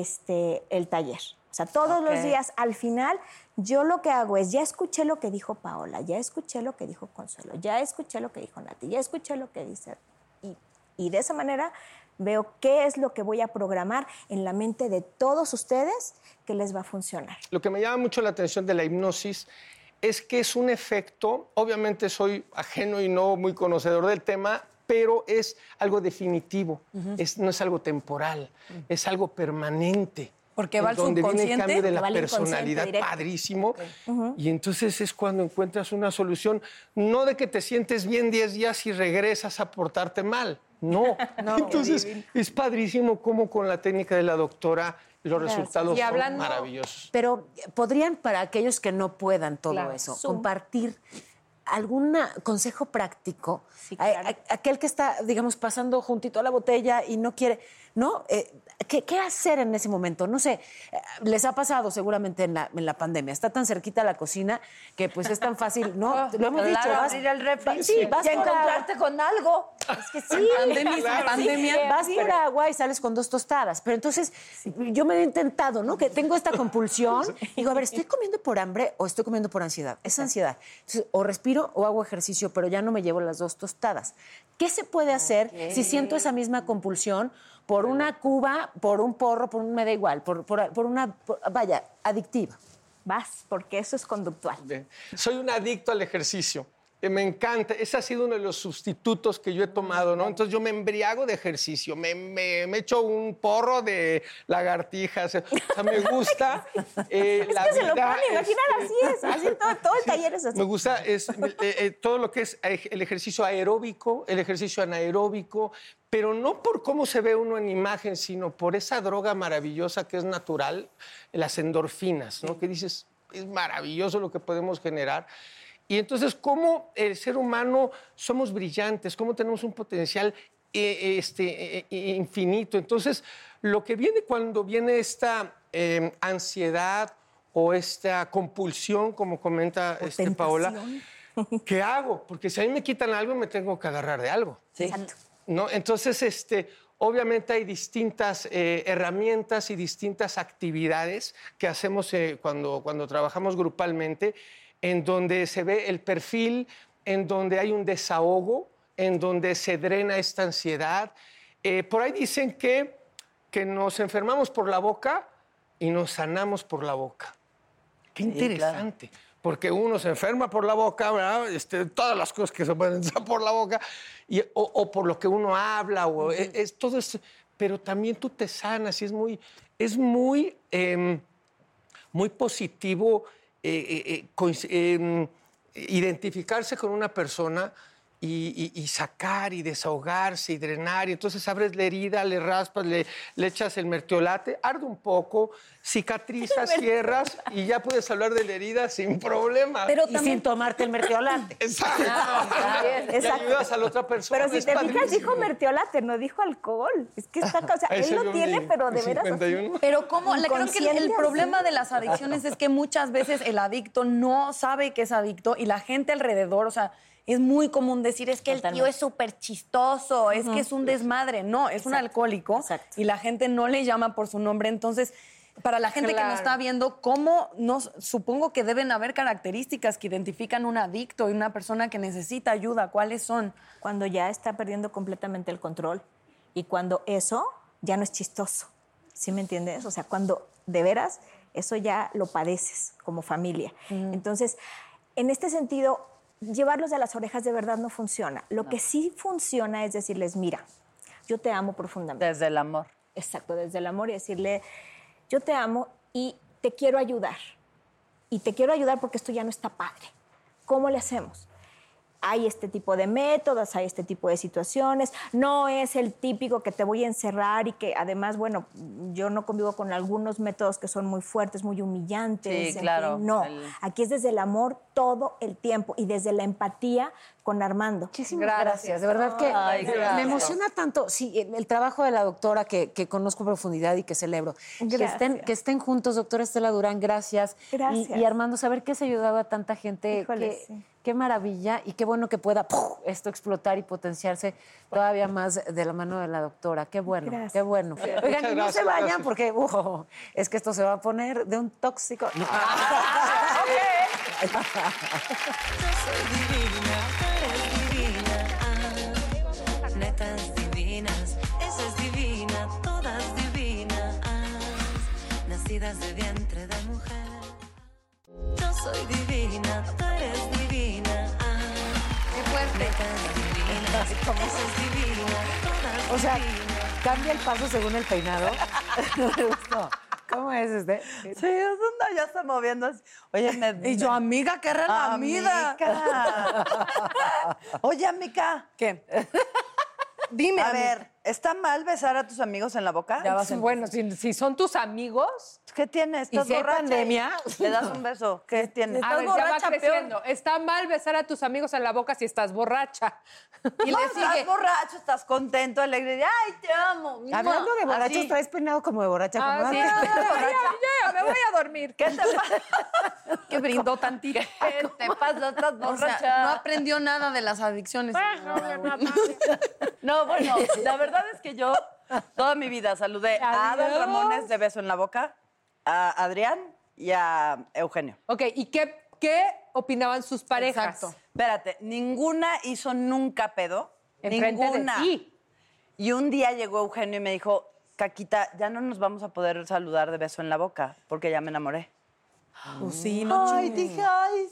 el taller. O sea, todos los días, al final, yo lo que hago es, ya escuché lo que dijo Paola, ya escuché lo que dijo Consuelo, ya escuché lo que dijo Nati, ya escuché lo que dice... Y de esa manera veo qué es lo que voy a programar en la mente de todos ustedes que les va a funcionar. Lo que me llama mucho la atención de la hipnosis es que es un efecto, obviamente soy ajeno y no muy conocedor del tema, pero es algo definitivo, no es algo temporal, es algo permanente. Porque va al subconsciente. Donde viene el cambio de la al personalidad directo. padrísimo. Y entonces es cuando encuentras una solución, no de que te sientes bien 10 días y regresas a portarte mal. No. Entonces es padrísimo cómo con la técnica de la doctora los resultados son maravillosos. Pero podrían, para aquellos que no puedan todo eso, compartir algún consejo práctico. Sí, claro. Aquel que está, digamos, pasando juntito a la botella y no quiere, ¿no? ¿Qué hacer en ese momento? No sé, les ha pasado seguramente en la pandemia. Está tan cerquita la cocina que pues es tan fácil, ¿no? Lo hemos dicho. Vas a ir al refri. Sí, vas a encontrarte con algo. Es que sí. Pandemia. Vas por agua y sales con 2 tostadas. Pero entonces yo me he intentado, ¿no? Que tengo esta compulsión. Digo, a ver, ¿estoy comiendo por hambre o estoy comiendo por ansiedad? Es ansiedad. Entonces, o respiro o hago ejercicio, pero ya no me llevo las 2 tostadas. ¿Qué se puede hacer si siento esa misma compulsión por una cuba, por un porro, me da igual, por una, vaya, adictiva? Vas, porque eso es conductual. Soy un adicto al ejercicio. Me encanta. Ese ha sido uno de los sustitutos que yo he tomado, ¿no? Entonces yo me embriago de ejercicio. Me echo un porro de lagartijas. O sea, me gusta la vida. Se lo pone, imaginar así es. Así todo el taller es así. Me gusta todo lo que es el ejercicio aeróbico, el ejercicio anaeróbico, pero no por cómo se ve uno en imagen, sino por esa droga maravillosa que es natural, las endorfinas, ¿no? Que dices, es maravilloso lo que podemos generar. Y entonces, cómo el ser humano somos brillantes, cómo tenemos un potencial infinito. Entonces, lo que viene cuando viene esta ansiedad o esta compulsión, como comenta Paola, ¿qué hago? Porque si a mí me quitan algo, me tengo que agarrar de algo. Sí. Exacto. ¿No? Entonces, obviamente hay distintas herramientas y distintas actividades que hacemos cuando trabajamos grupalmente, en donde se ve el perfil, en donde hay un desahogo, en donde se drena esta ansiedad. Por ahí dicen que nos enfermamos por la boca y nos sanamos por la boca. Qué interesante. Claro. Porque uno se enferma por la boca, ¿verdad? Todas las cosas que se pueden hacer por la boca, o por lo que uno habla, o es todo esto. Pero también tú te sanas y es muy positivo identificarse con una persona y sacar y desahogarse y drenar. Y entonces abres la herida, le raspas, le echas el mertiolate, arde un poco, cicatrizas, cierras y ya puedes hablar de la herida sin problema. Pero también sin tomarte el mertiolate. Exacto. Y ayudas a la otra persona. Pero si te fijas, dijo mertiolate, no dijo alcohol. Es que esta cosa, él lo tiene, pero de veras. 51. Pero ¿cómo? Creo que el problema de las adicciones es que muchas veces el adicto no sabe que es adicto y la gente alrededor, o sea, es muy común decir, es que el tío es súper chistoso, es que es un desmadre. No, es un alcohólico y la gente no le llama por su nombre. Entonces, para la gente que nos está viendo, supongo que deben haber características que identifican un adicto y una persona que necesita ayuda. ¿Cuáles son? Cuando ya está perdiendo completamente el control y cuando eso ya no es chistoso. ¿Sí me entiendes? O sea, cuando de veras eso ya lo padeces como familia. Entonces, en este sentido, llevarlos de las orejas de verdad no funciona. Lo que sí funciona es decirles, mira, yo te amo profundamente. Desde el amor. Exacto, desde el amor y decirle, yo te amo y te quiero ayudar. Y te quiero ayudar porque esto ya no está padre. ¿Cómo le hacemos? Hay este tipo de métodos, hay este tipo de situaciones. No es el típico que te voy a encerrar y que además, bueno, yo no convivo con algunos métodos que son muy fuertes, muy humillantes. Sí, claro. No, aquí es desde el amor todo el tiempo y desde la empatía con Armando. Muchísimas gracias. De verdad que me emociona tanto el trabajo de la doctora que conozco en profundidad y que celebro. Que estén juntos, doctora Estela Durán, gracias. Gracias. Y Armando, saber que has ayudado a tanta gente. Híjole, Qué maravilla y qué bueno que pueda esto explotar y potenciarse todavía más de la mano de la doctora. Qué bueno, gracias. Qué bueno. Oigan, no se vayan porque es que esto se va a poner de un tóxico. No. Yo soy divina, eres divina. Netas divinas, esa es divina, todas divinas. Nacidas de vientre de mujer. Yo soy divina, tú eres divina. Qué fuerte. Esa es divina, todas o sea, divinas. Cambia el paso según el peinado. Me gustó. ¿Cómo es Sí, ya está moviendo así. Oye, Y yo, amiga, qué relamida. Oye, amiga. ¿Qué? Dime. A ver, ¿está mal besar a tus amigos en la boca? Bueno, si son tus amigos. ¿Qué tienes? ¿Estás si hay borracha? pandemia. Le das un beso. ¿Qué tienes? A ver, ya va creciendo. Está mal besar a tus amigos en la boca si estás borracha. Y le estás borracho, estás contento, alegre. ¡Ay, te amo! Hablando de borrachos, Así. traes peinado como de borracha. Como Sí, ya, me voy a dormir. ¿Qué te pasa? Que brindó tantito. ¿Qué te pasa? Estás O borracha. sea, no aprendió nada de las adicciones. No, bueno, la verdad es que yo toda mi vida saludé a Adal Ramones de beso en la boca, a Adrián y a Eugenio. Ok, ¿y qué opinaban sus parejas? Exacto. Espérate, ninguna hizo nunca pedo. Enfrente de Ninguna. ti. Y un día llegó Eugenio y me dijo, Caquita, ya no nos vamos a poder saludar de beso en la boca porque ya me enamoré. Pues sí, no Ay, chingues. dije, ay,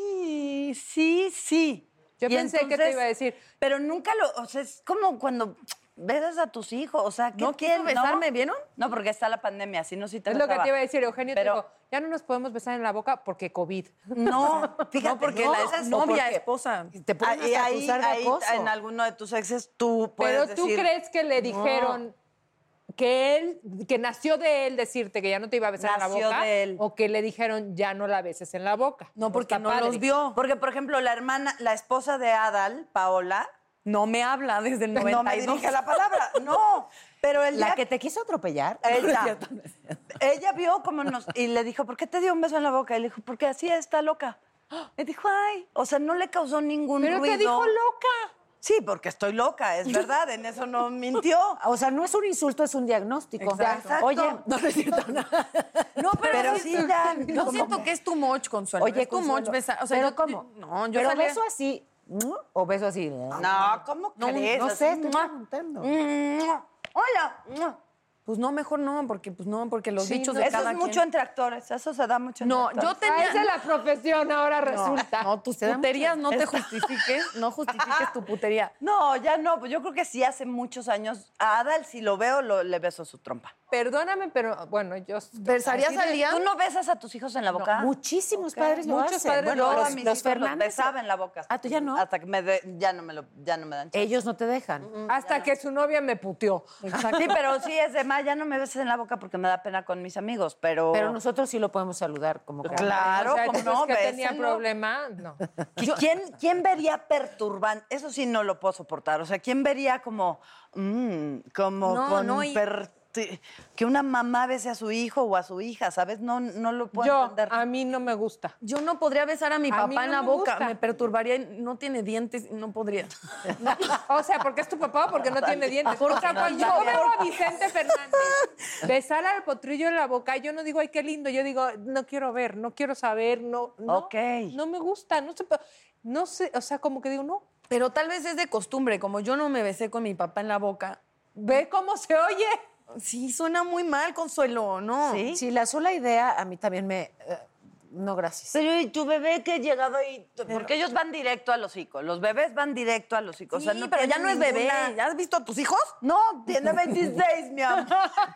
sí. Yo Y pensé que te iba a decir. Pero nunca o sea, es como cuando besas a tus hijos, o sea, ¿qué ¿No quiso besarme, vieron? No, porque está la pandemia, si no, sí te Es lo que besaba. te iba a decir, Eugenio. Pero- Te dijo, ya no nos podemos besar en la boca porque COVID. No, fíjate, No, porque esa es novia, esposa. Te pueden Ahí, hasta acusar de ahí, acoso. en alguno de tus exes, tú puedes Pero tú decir... crees que le dijeron que nació de él decirte que ya no te iba a besar en Nació la boca. de él. O que le dijeron ya no la beses en la boca. No, porque está no padre. los vio. Porque, por ejemplo, la esposa de Adal, Paola, No me habla desde el 92. no me dirige la palabra, no. Pero el La día que te quiso atropellar. ella vio cómo y le dijo, ¿por qué te dio un beso en la boca? Y le dijo, porque así está loca. Le dijo, ay, o sea, no le causó ningún Pero ruido. te dijo loca. Sí, porque estoy loca, es verdad, en eso no mintió. O sea, no es un insulto, es un diagnóstico. Exacto. Oye, no es cierto nada. No, Pero sí, ya. Yo siento que es too much, Consuelo. Oye, es too much Consuelo, besar. O sea, ¿pero yo, cómo? No, yo Pero salía- beso así, o beso así. No, ¿cómo crees? No Así, sé, estoy ¡mua! preguntando. Hola. Pues no, mejor no, porque los dichos de Eso cada es quien. mucho entre actores, eso se da mucho entre No, actores. yo tenía... Esa es la profesión ahora resulta. No, tus Se da puterías mucho. no te justifiques, no justifiques tu putería. No, ya no, pues yo creo que sí hace muchos años. A Adal, si lo veo, le beso su trompa. Perdóname, pero bueno, yo... ¿Besarías así a de- Liam? ¿Tú no besas a tus hijos en la boca? Muchísimos padres lo Muchos hacen. padres Bueno, lo Yo a hacen. mis los hijos los Fernández. besaba en la boca. Ah, ¿tú ya no? Hasta que ya no me dan chance. Ellos no te dejan. Hasta que su novia me puteó. Sí, pero sí es de más, ya no me beses en la boca porque me da pena con mis amigos, pero... Pero nosotros sí lo podemos saludar como que. Claro, O sea, como entonces, no, que tenía bésenlo. problema, no. ¿Quién vería perturbante? Eso sí no lo puedo soportar. O sea, ¿quién vería como que una mamá bese a su hijo o a su hija, ¿sabes? No lo puedo Yo, entender. a mí no me gusta. Yo no podría besar a mi A mí papá en no la me boca, gusta. me perturbaría, no tiene dientes, no podría. O sea, porque es tu papá o porque no tiene dientes. O sea, cuando yo Natalia. veo a Vicente Fernández besar al potrillo en la boca, yo no digo, ay, qué lindo. Yo digo, no quiero ver, no quiero saber, no. Ok. No me gusta, no sé, o sea, como que digo, no. Pero tal vez es de costumbre, como yo no me besé con mi papá en la boca. Ve cómo se oye. Sí, suena muy mal, Consuelo, ¿no? ¿Sí? Sí, la sola idea a mí también me. No, gracias. Pero ¿y tu bebé que ha llegado ahí? Porque ellos van directo al hocico. Los bebés van directo al hocico. Sí, o sea, no pero ya tienen no es bebé. ninguna- ¿Ya has visto a tus hijos? No, tiene 26, mi amor.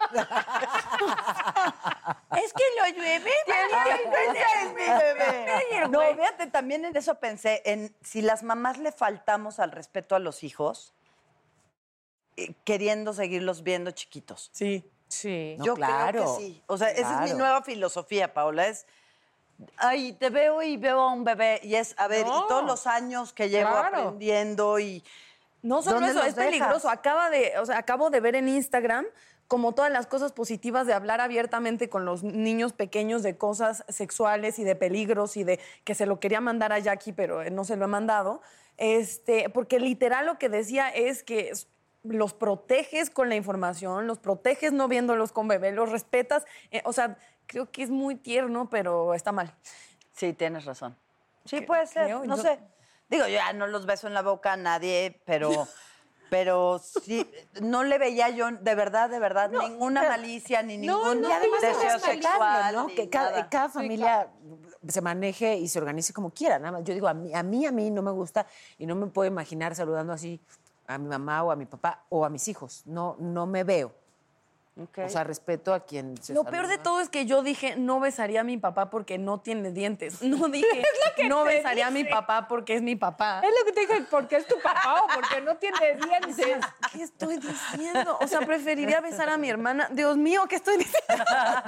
Es que los bebés tienen 26, mi bebé. No, fíjate, también en eso pensé, en si las mamás le faltamos al respeto a los hijos, queriendo seguirlos viendo chiquitos. Sí. Sí. Yo claro, creo que sí. O sea, esa es mi claro. nueva filosofía, Paola. Es, ay, te veo y veo a un bebé. Y es, a ver, No. y todos los años que llevo Claro. aprendiendo y... No solo ¿Dónde eso, los es peligroso. dejas? Acabo de ver en Instagram como todas las cosas positivas de hablar abiertamente con los niños pequeños de cosas sexuales y de peligros y de que se lo quería mandar a Jackie, pero no se lo he mandado. Porque literal lo que decía es que los proteges con la información, los proteges no viéndolos con bebé, los respetas. O sea, creo que es muy tierno, pero está mal. Sí, tienes razón. Sí, puede ser, creo, no yo- sé. Digo, yo ya no los beso en la boca a nadie, pero sí, no le veía yo de verdad, ninguna malicia, ni ningún Y además es deseo respetable, sexual. ¿no? ni Que nada. cada familia se maneje y se organice como quiera. Nada más. Yo digo, a mí no me gusta y no me puedo imaginar saludando así a mi mamá o a mi papá o a mis hijos. No me veo. O sea, respeto a quien se Lo saluda. peor de todo es que yo dije, no besaría a mi papá porque no tiene dientes. No dije, no besaría a mi papá porque es mi papá. Es lo que te dije, porque es tu papá o porque no tiene dientes. ¿Qué estoy diciendo? O sea, preferiría besar a mi hermana. Dios mío, ¿qué estoy diciendo?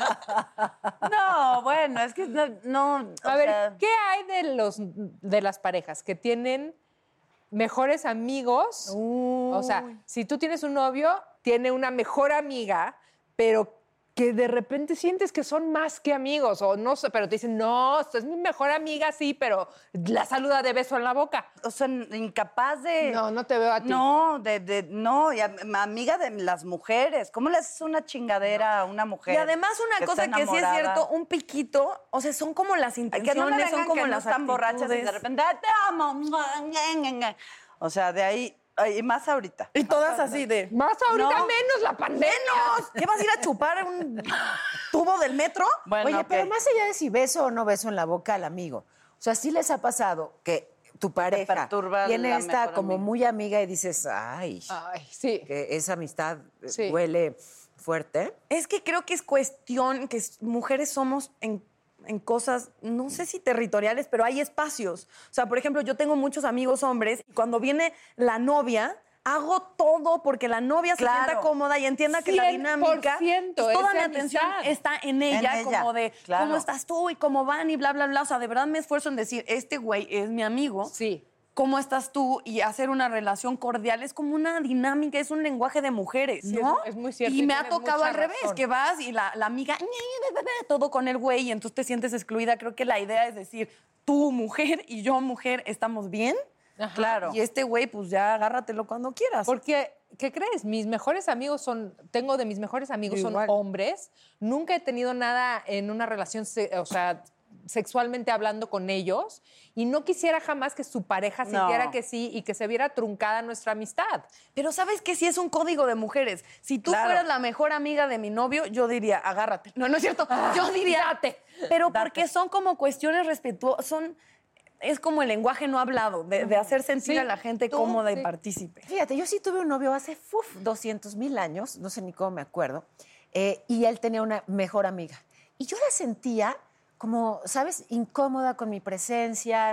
No, bueno, es que no. A ver, ¿qué hay de las parejas que tienen mejores amigos? O sea, si tú tienes un novio, tiene una mejor amiga, pero que de repente sientes que son más que amigos, o no sé, pero te dicen, no, es mi mejor amiga, sí, pero la saluda de beso en la boca. O sea, incapaz de... No te veo a ti. No, no, y amiga de las mujeres. ¿Cómo le haces una chingadera a una mujer? Y además una cosa que sí es cierto, un piquito, o sea, son como las intenciones, que no me son como que las no están borrachas y de actitudes. repente, te amo. O sea, de ahí, y más ahorita. Y todas así de... Más ahorita, No. menos la pandemia. ¡Menos! ¿Qué vas a ir a chupar un tubo del metro? Bueno, Oye, ok. pero más allá de si beso o no beso en la boca al amigo, o sea, ¿sí les ha pasado que tu pareja perturba tiene la esta mejor como amiga? muy amiga y dices, ay, sí. que esa amistad Sí. huele fuerte? Es que creo que es cuestión que mujeres somos en cosas, no sé si territoriales, pero hay espacios. O sea, por ejemplo, yo tengo muchos amigos hombres y cuando viene la novia, hago todo porque la novia se sienta cómoda y entienda que la dinámica, 100% toda es mi de atención amistad. está en ella, como de claro. cómo estás tú y cómo van y bla, bla, bla. O sea, de verdad me esfuerzo en decir, este güey es mi amigo. Sí. ¿Cómo estás tú? Y hacer una relación cordial es como una dinámica, es un lenguaje de mujeres, Sí, ¿no? es muy cierto, Y y me ha tienes tocado mucha al revés, razón. que vas y la amiga, todo con el güey, y entonces te sientes excluida. Creo que la idea es decir, tú, mujer, y yo, mujer, ¿estamos bien? Ajá. Claro. Y este güey, pues ya agárratelo cuando quieras. Porque, ¿qué crees? Mis mejores amigos tengo de mis mejores amigos son Igual. hombres. Nunca he tenido nada en una relación, o sea, sexualmente hablando con ellos. Y no quisiera jamás que su pareja sintiera que sí y que se viera truncada nuestra amistad. Pero ¿sabes qué? Sí es un código de mujeres. Si tú Claro. fueras la mejor amiga de mi novio, yo diría, agárrate. No, no es cierto. Yo diría, Date. Pero porque son como cuestiones respetuosas, es como el lenguaje no hablado, de hacer sentir Sí, a la gente tú, cómoda sí. y partícipe. Fíjate, yo sí tuve un novio hace 200,000 años, no sé ni cómo me acuerdo, y él tenía una mejor amiga. Y yo la sentía como, ¿sabes? Incómoda con mi presencia,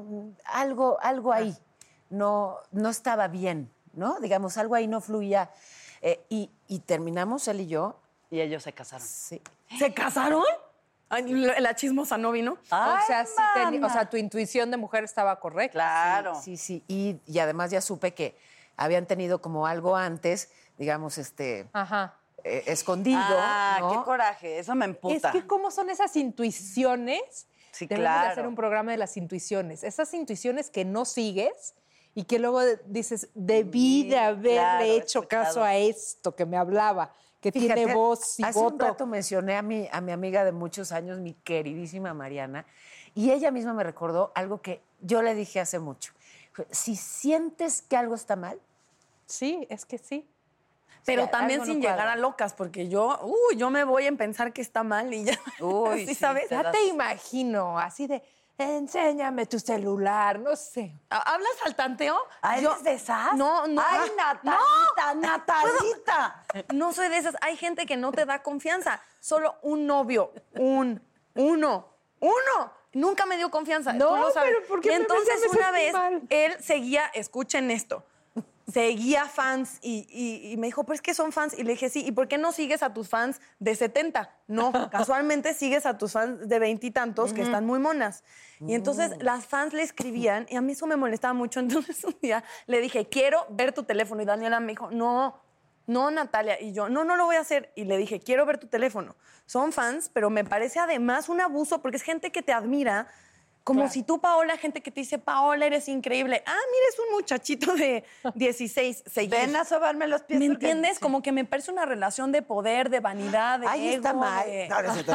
algo ahí no estaba bien, ¿no? Digamos, algo ahí no fluía. Y terminamos él y yo. Y ellos se casaron. Sí. ¿Se casaron? Ay, la chismosa no vino. Ay, o sea, sí mana. o sea, tu intuición de mujer estaba correcta. Claro. Sí. Y además ya supe que habían tenido como algo antes, digamos, Ajá. escondido, ¿no? Qué coraje. Eso me emputa. Es que cómo son esas intuiciones. Sí, Debemos de claro. hacer un programa de las intuiciones. Esas intuiciones que no sigues y que luego dices, debí de haberle claro, hecho escuchado. caso a esto que me hablaba, que Fíjate, tiene voz y hace un voto. rato mencioné a mi amiga de muchos años, mi queridísima Mariana, y ella misma me recordó algo que yo le dije hace mucho. Si sientes que algo está mal, Sí, es que sí. Pero Sí, también algo no sin cuadra. llegar a locas, porque yo me voy en pensar que está mal y ya. Uy, ¿Sí sí, sabes? te Ya das- te imagino, así de, enséñame tu celular, no sé. ¿Hablas al tanteo? ¿Ay, eres de esas? No, no. ¡Ay, Natalita, Natalita! No soy de esas. Hay gente que no te da confianza. Solo un novio, uno. Nunca me dio confianza. No, tú lo sabes. pero ¿por qué Y me entonces sentí una vez mal? él seguía, escuchen esto, seguía fans y me dijo, pero es que son fans. Y le dije, sí, ¿y por qué no sigues a tus fans de 70? No, casualmente sigues a tus fans de 20 y tantos que están muy monas. Y entonces las fans le escribían y a mí eso me molestaba mucho. Entonces un día le dije, quiero ver tu teléfono. Y Daniela me dijo, no, Natalia. Y yo, no lo voy a hacer. Y le dije, quiero ver tu teléfono. Son fans, pero me parece además un abuso porque es gente que te admira. Como si tú, Paola, gente que te dice, Paola, eres increíble. Ah, mira, es un muchachito de 16. Ven a sobarme los pies. ¿Me porque- entiendes? sí. Como que me parece una relación de poder, de vanidad, de ahí está ego, mal. de- No, no es cierto.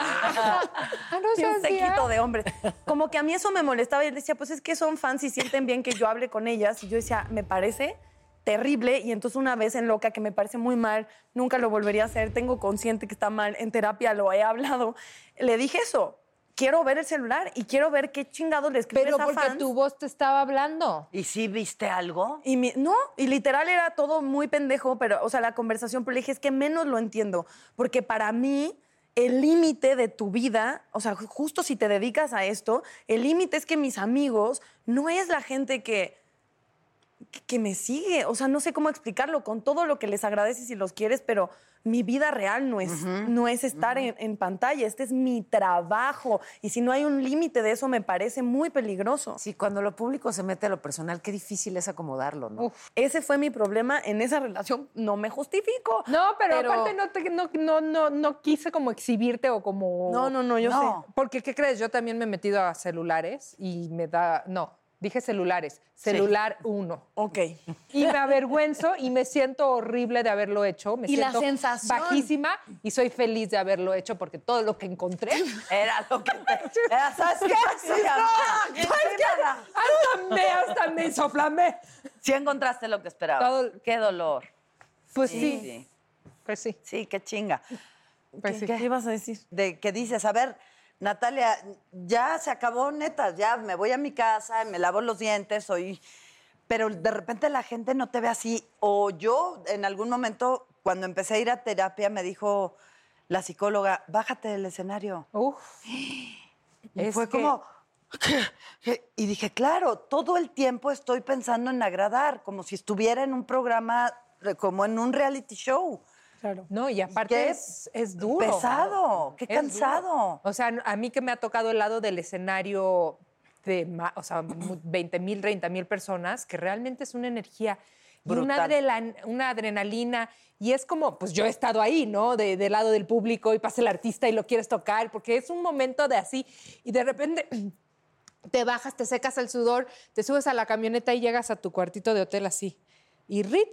y un séquito de hombres. Como que a mí eso me molestaba y él decía, pues es que son fans y sienten bien que yo hable con ellas. Y yo decía, me parece terrible. Y entonces una vez en loca, que me parece muy mal, nunca lo volvería a hacer, tengo consciente que está mal, en terapia lo he hablado, le dije eso. quiero ver el celular y quiero ver qué chingados le escribes a fans. Pero porque tu voz te estaba hablando. ¿Y sí viste algo? No, y literal era todo muy pendejo, pero, o sea, la conversación, pero le dije, es que menos lo entiendo, porque para mí el límite de tu vida, o sea, justo si te dedicas a esto, el límite es que mis amigos no es la gente que me sigue, o sea, no sé cómo explicarlo, con todo lo que les agradeces y los quieres, pero mi vida real no es estar en pantalla, este es mi trabajo, y si no hay un límite de eso me parece muy peligroso. Sí, cuando lo público se mete a lo personal, qué difícil es acomodarlo, ¿no? Ese fue mi problema en esa relación, no me justifico. No, pero aparte no quise como exhibirte o como... No, yo sé. Porque, ¿qué crees? Yo también me he metido a celulares y me da... No, dije celulares. Celular 1. Ok. Y me avergüenzo y me siento horrible de haberlo hecho. Me siento la sensación. bajísima y soy feliz de haberlo hecho porque todo lo que encontré... Era lo que ¿sabes qué? Hasta me insoflamé. Sí encontraste lo que esperabas. Qué dolor. Pues sí. Pues sí. Sí, qué chinga. Pues sí. ¿Qué ibas a decir? De que dices, a ver, Natalia, ya se acabó, neta, ya me voy a mi casa, me lavo los dientes, pero de repente la gente no te ve así. O yo, en algún momento, cuando empecé a ir a terapia, me dijo la psicóloga, bájate del escenario. Y fue como... Y dije, claro, todo el tiempo estoy pensando en agradar, como si estuviera en un programa, como en un reality show. Claro. No, y aparte es duro. Pesado, qué cansado. Duro. O sea, a mí que me ha tocado el lado del escenario de 20,000, 30,000 personas, que realmente es una energía brutal. Y una adrenalina. Y es como, pues yo he estado ahí, ¿no? Del lado del público y pasa el artista y lo quieres tocar, porque es un momento de así. Y de repente te bajas, te secas el sudor, te subes a la camioneta y llegas a tu cuartito de hotel así. Y rit.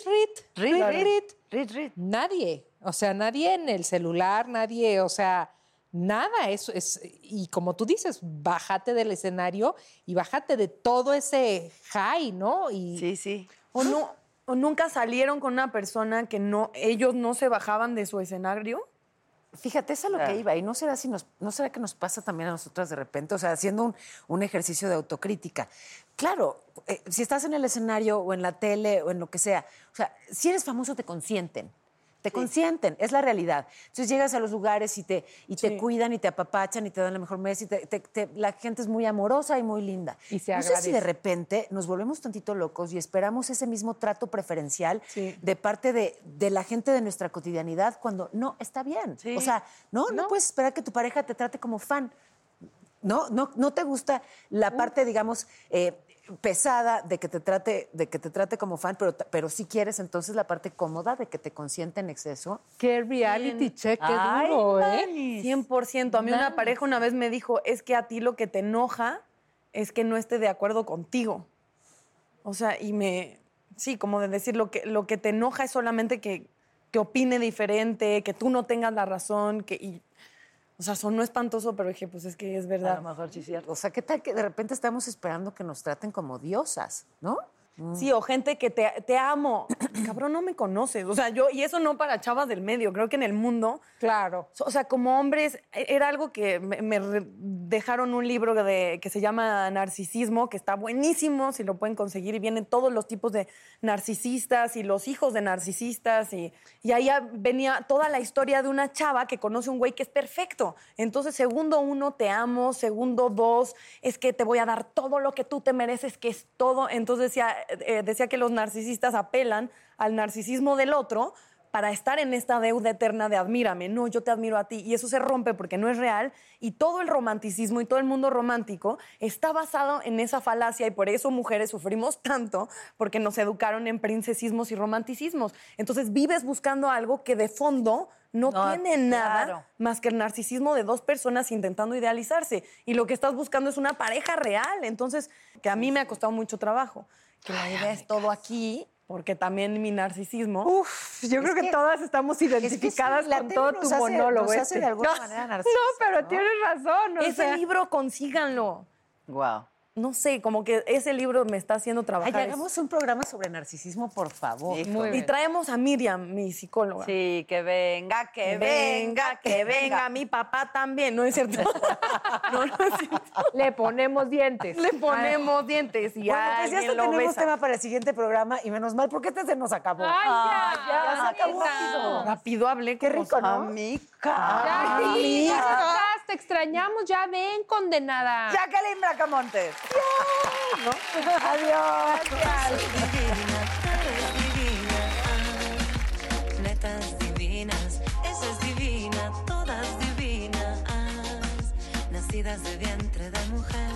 Nadie. O sea, nadie en el celular, nadie, o sea, nada. Eso es. Y como tú dices, bájate del escenario y bájate de todo ese high, ¿no? Y, sí. O nunca salieron con una persona que ellos no se bajaban de su escenario. Fíjate, eso es a lo que iba. Y no será que nos pasa también a nosotras de repente, o sea, haciendo un ejercicio de autocrítica. Claro, si estás en el escenario o en la tele o en lo que sea, o sea, si eres famoso te consienten. Te consienten, es la realidad. Entonces llegas a los lugares y te cuidan y te apapachan y te dan la mejor mesa y la gente es muy amorosa y muy linda. Y se agradece. No sé si de repente nos volvemos tantito locos y esperamos ese mismo trato preferencial de parte de la gente de nuestra cotidianidad cuando no está bien. Sí. O sea, no puedes esperar que tu pareja te trate como fan. No te gusta la parte, digamos, pesada de que te trate como fan, pero sí quieres entonces la parte cómoda de que te consiente en exceso. Qué reality check, qué duro, ¿eh? 100%. A mí una pareja una vez me dijo, es que a ti lo que te enoja es que no esté de acuerdo contigo. O sea, sí, como de decir, lo que te enoja es solamente que opine diferente, que tú no tengas la razón, o sea, sonó espantoso, pero dije, pues es que es verdad. A lo mejor sí es cierto. O sea, ¿qué tal que de repente estamos esperando que nos traten como diosas, ¿no? Sí, o gente que te amo. Cabrón, no me conoces. O sea, y eso no para chavas del medio. Creo que en el mundo... Claro. O sea, como hombres, era algo que me dejaron un libro que se llama Narcisismo, que está buenísimo, si lo pueden conseguir, y vienen todos los tipos de narcisistas y los hijos de narcisistas, y ahí venía toda la historia de una chava que conoce a un güey que es perfecto. Entonces, segundo 1, te amo. Segundo 2, es que te voy a dar todo lo que tú te mereces, que es todo. Entonces decía que los narcisistas apelan al narcisismo del otro para estar en esta deuda eterna de admírame, no, yo te admiro a ti, y eso se rompe porque no es real, y todo el romanticismo y todo el mundo romántico está basado en esa falacia, y por eso mujeres sufrimos tanto, porque nos educaron en princesismos y romanticismos. Entonces vives buscando algo que de fondo no tiene nada más que el narcisismo de dos personas intentando idealizarse, y lo que estás buscando es una pareja real. Entonces, que a mí me ha costado mucho trabajo, que la idea es todo aquí, porque también mi narcisismo... Yo creo que todas estamos identificadas con todo tu monólogo. Nos hace de alguna manera narcisistas, no, pero tienes razón. Ese libro, consíganlo. Wow. no sé, como que ese libro me está haciendo trabajar. Ay, hagamos un programa sobre narcisismo, por favor. Y traemos a Miriam, mi psicóloga. Sí, que venga, que venga. Mi papá también, ¿no es cierto? No es cierto. Le ponemos dientes. Le ponemos dientes y bueno, pues ya alguien lo tenemos besa. tema para el siguiente programa y menos mal, porque este se nos acabó. Ay, Ya se acabó. Rápido hablé. Qué rico, ¿no? Amiga. Te extrañamos, ya ven, condenada. Jacqueline Bracamontes. ¿No? Adiós. Divina, netas divinas, esa es divina, todas divinas, nacidas de vientre de mujer.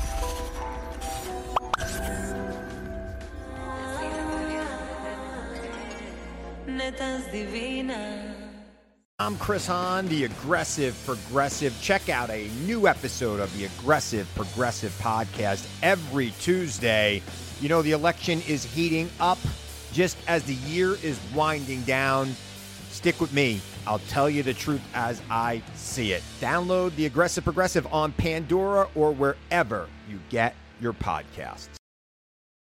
Netas divinas. I'm Chris Hahn, the Aggressive Progressive. Check out a new episode of the Aggressive Progressive podcast every Tuesday. You know, the election is heating up just as the year is winding down. Stick with me. I'll tell you the truth as I see it. Download the Aggressive Progressive on Pandora or wherever you get your podcasts.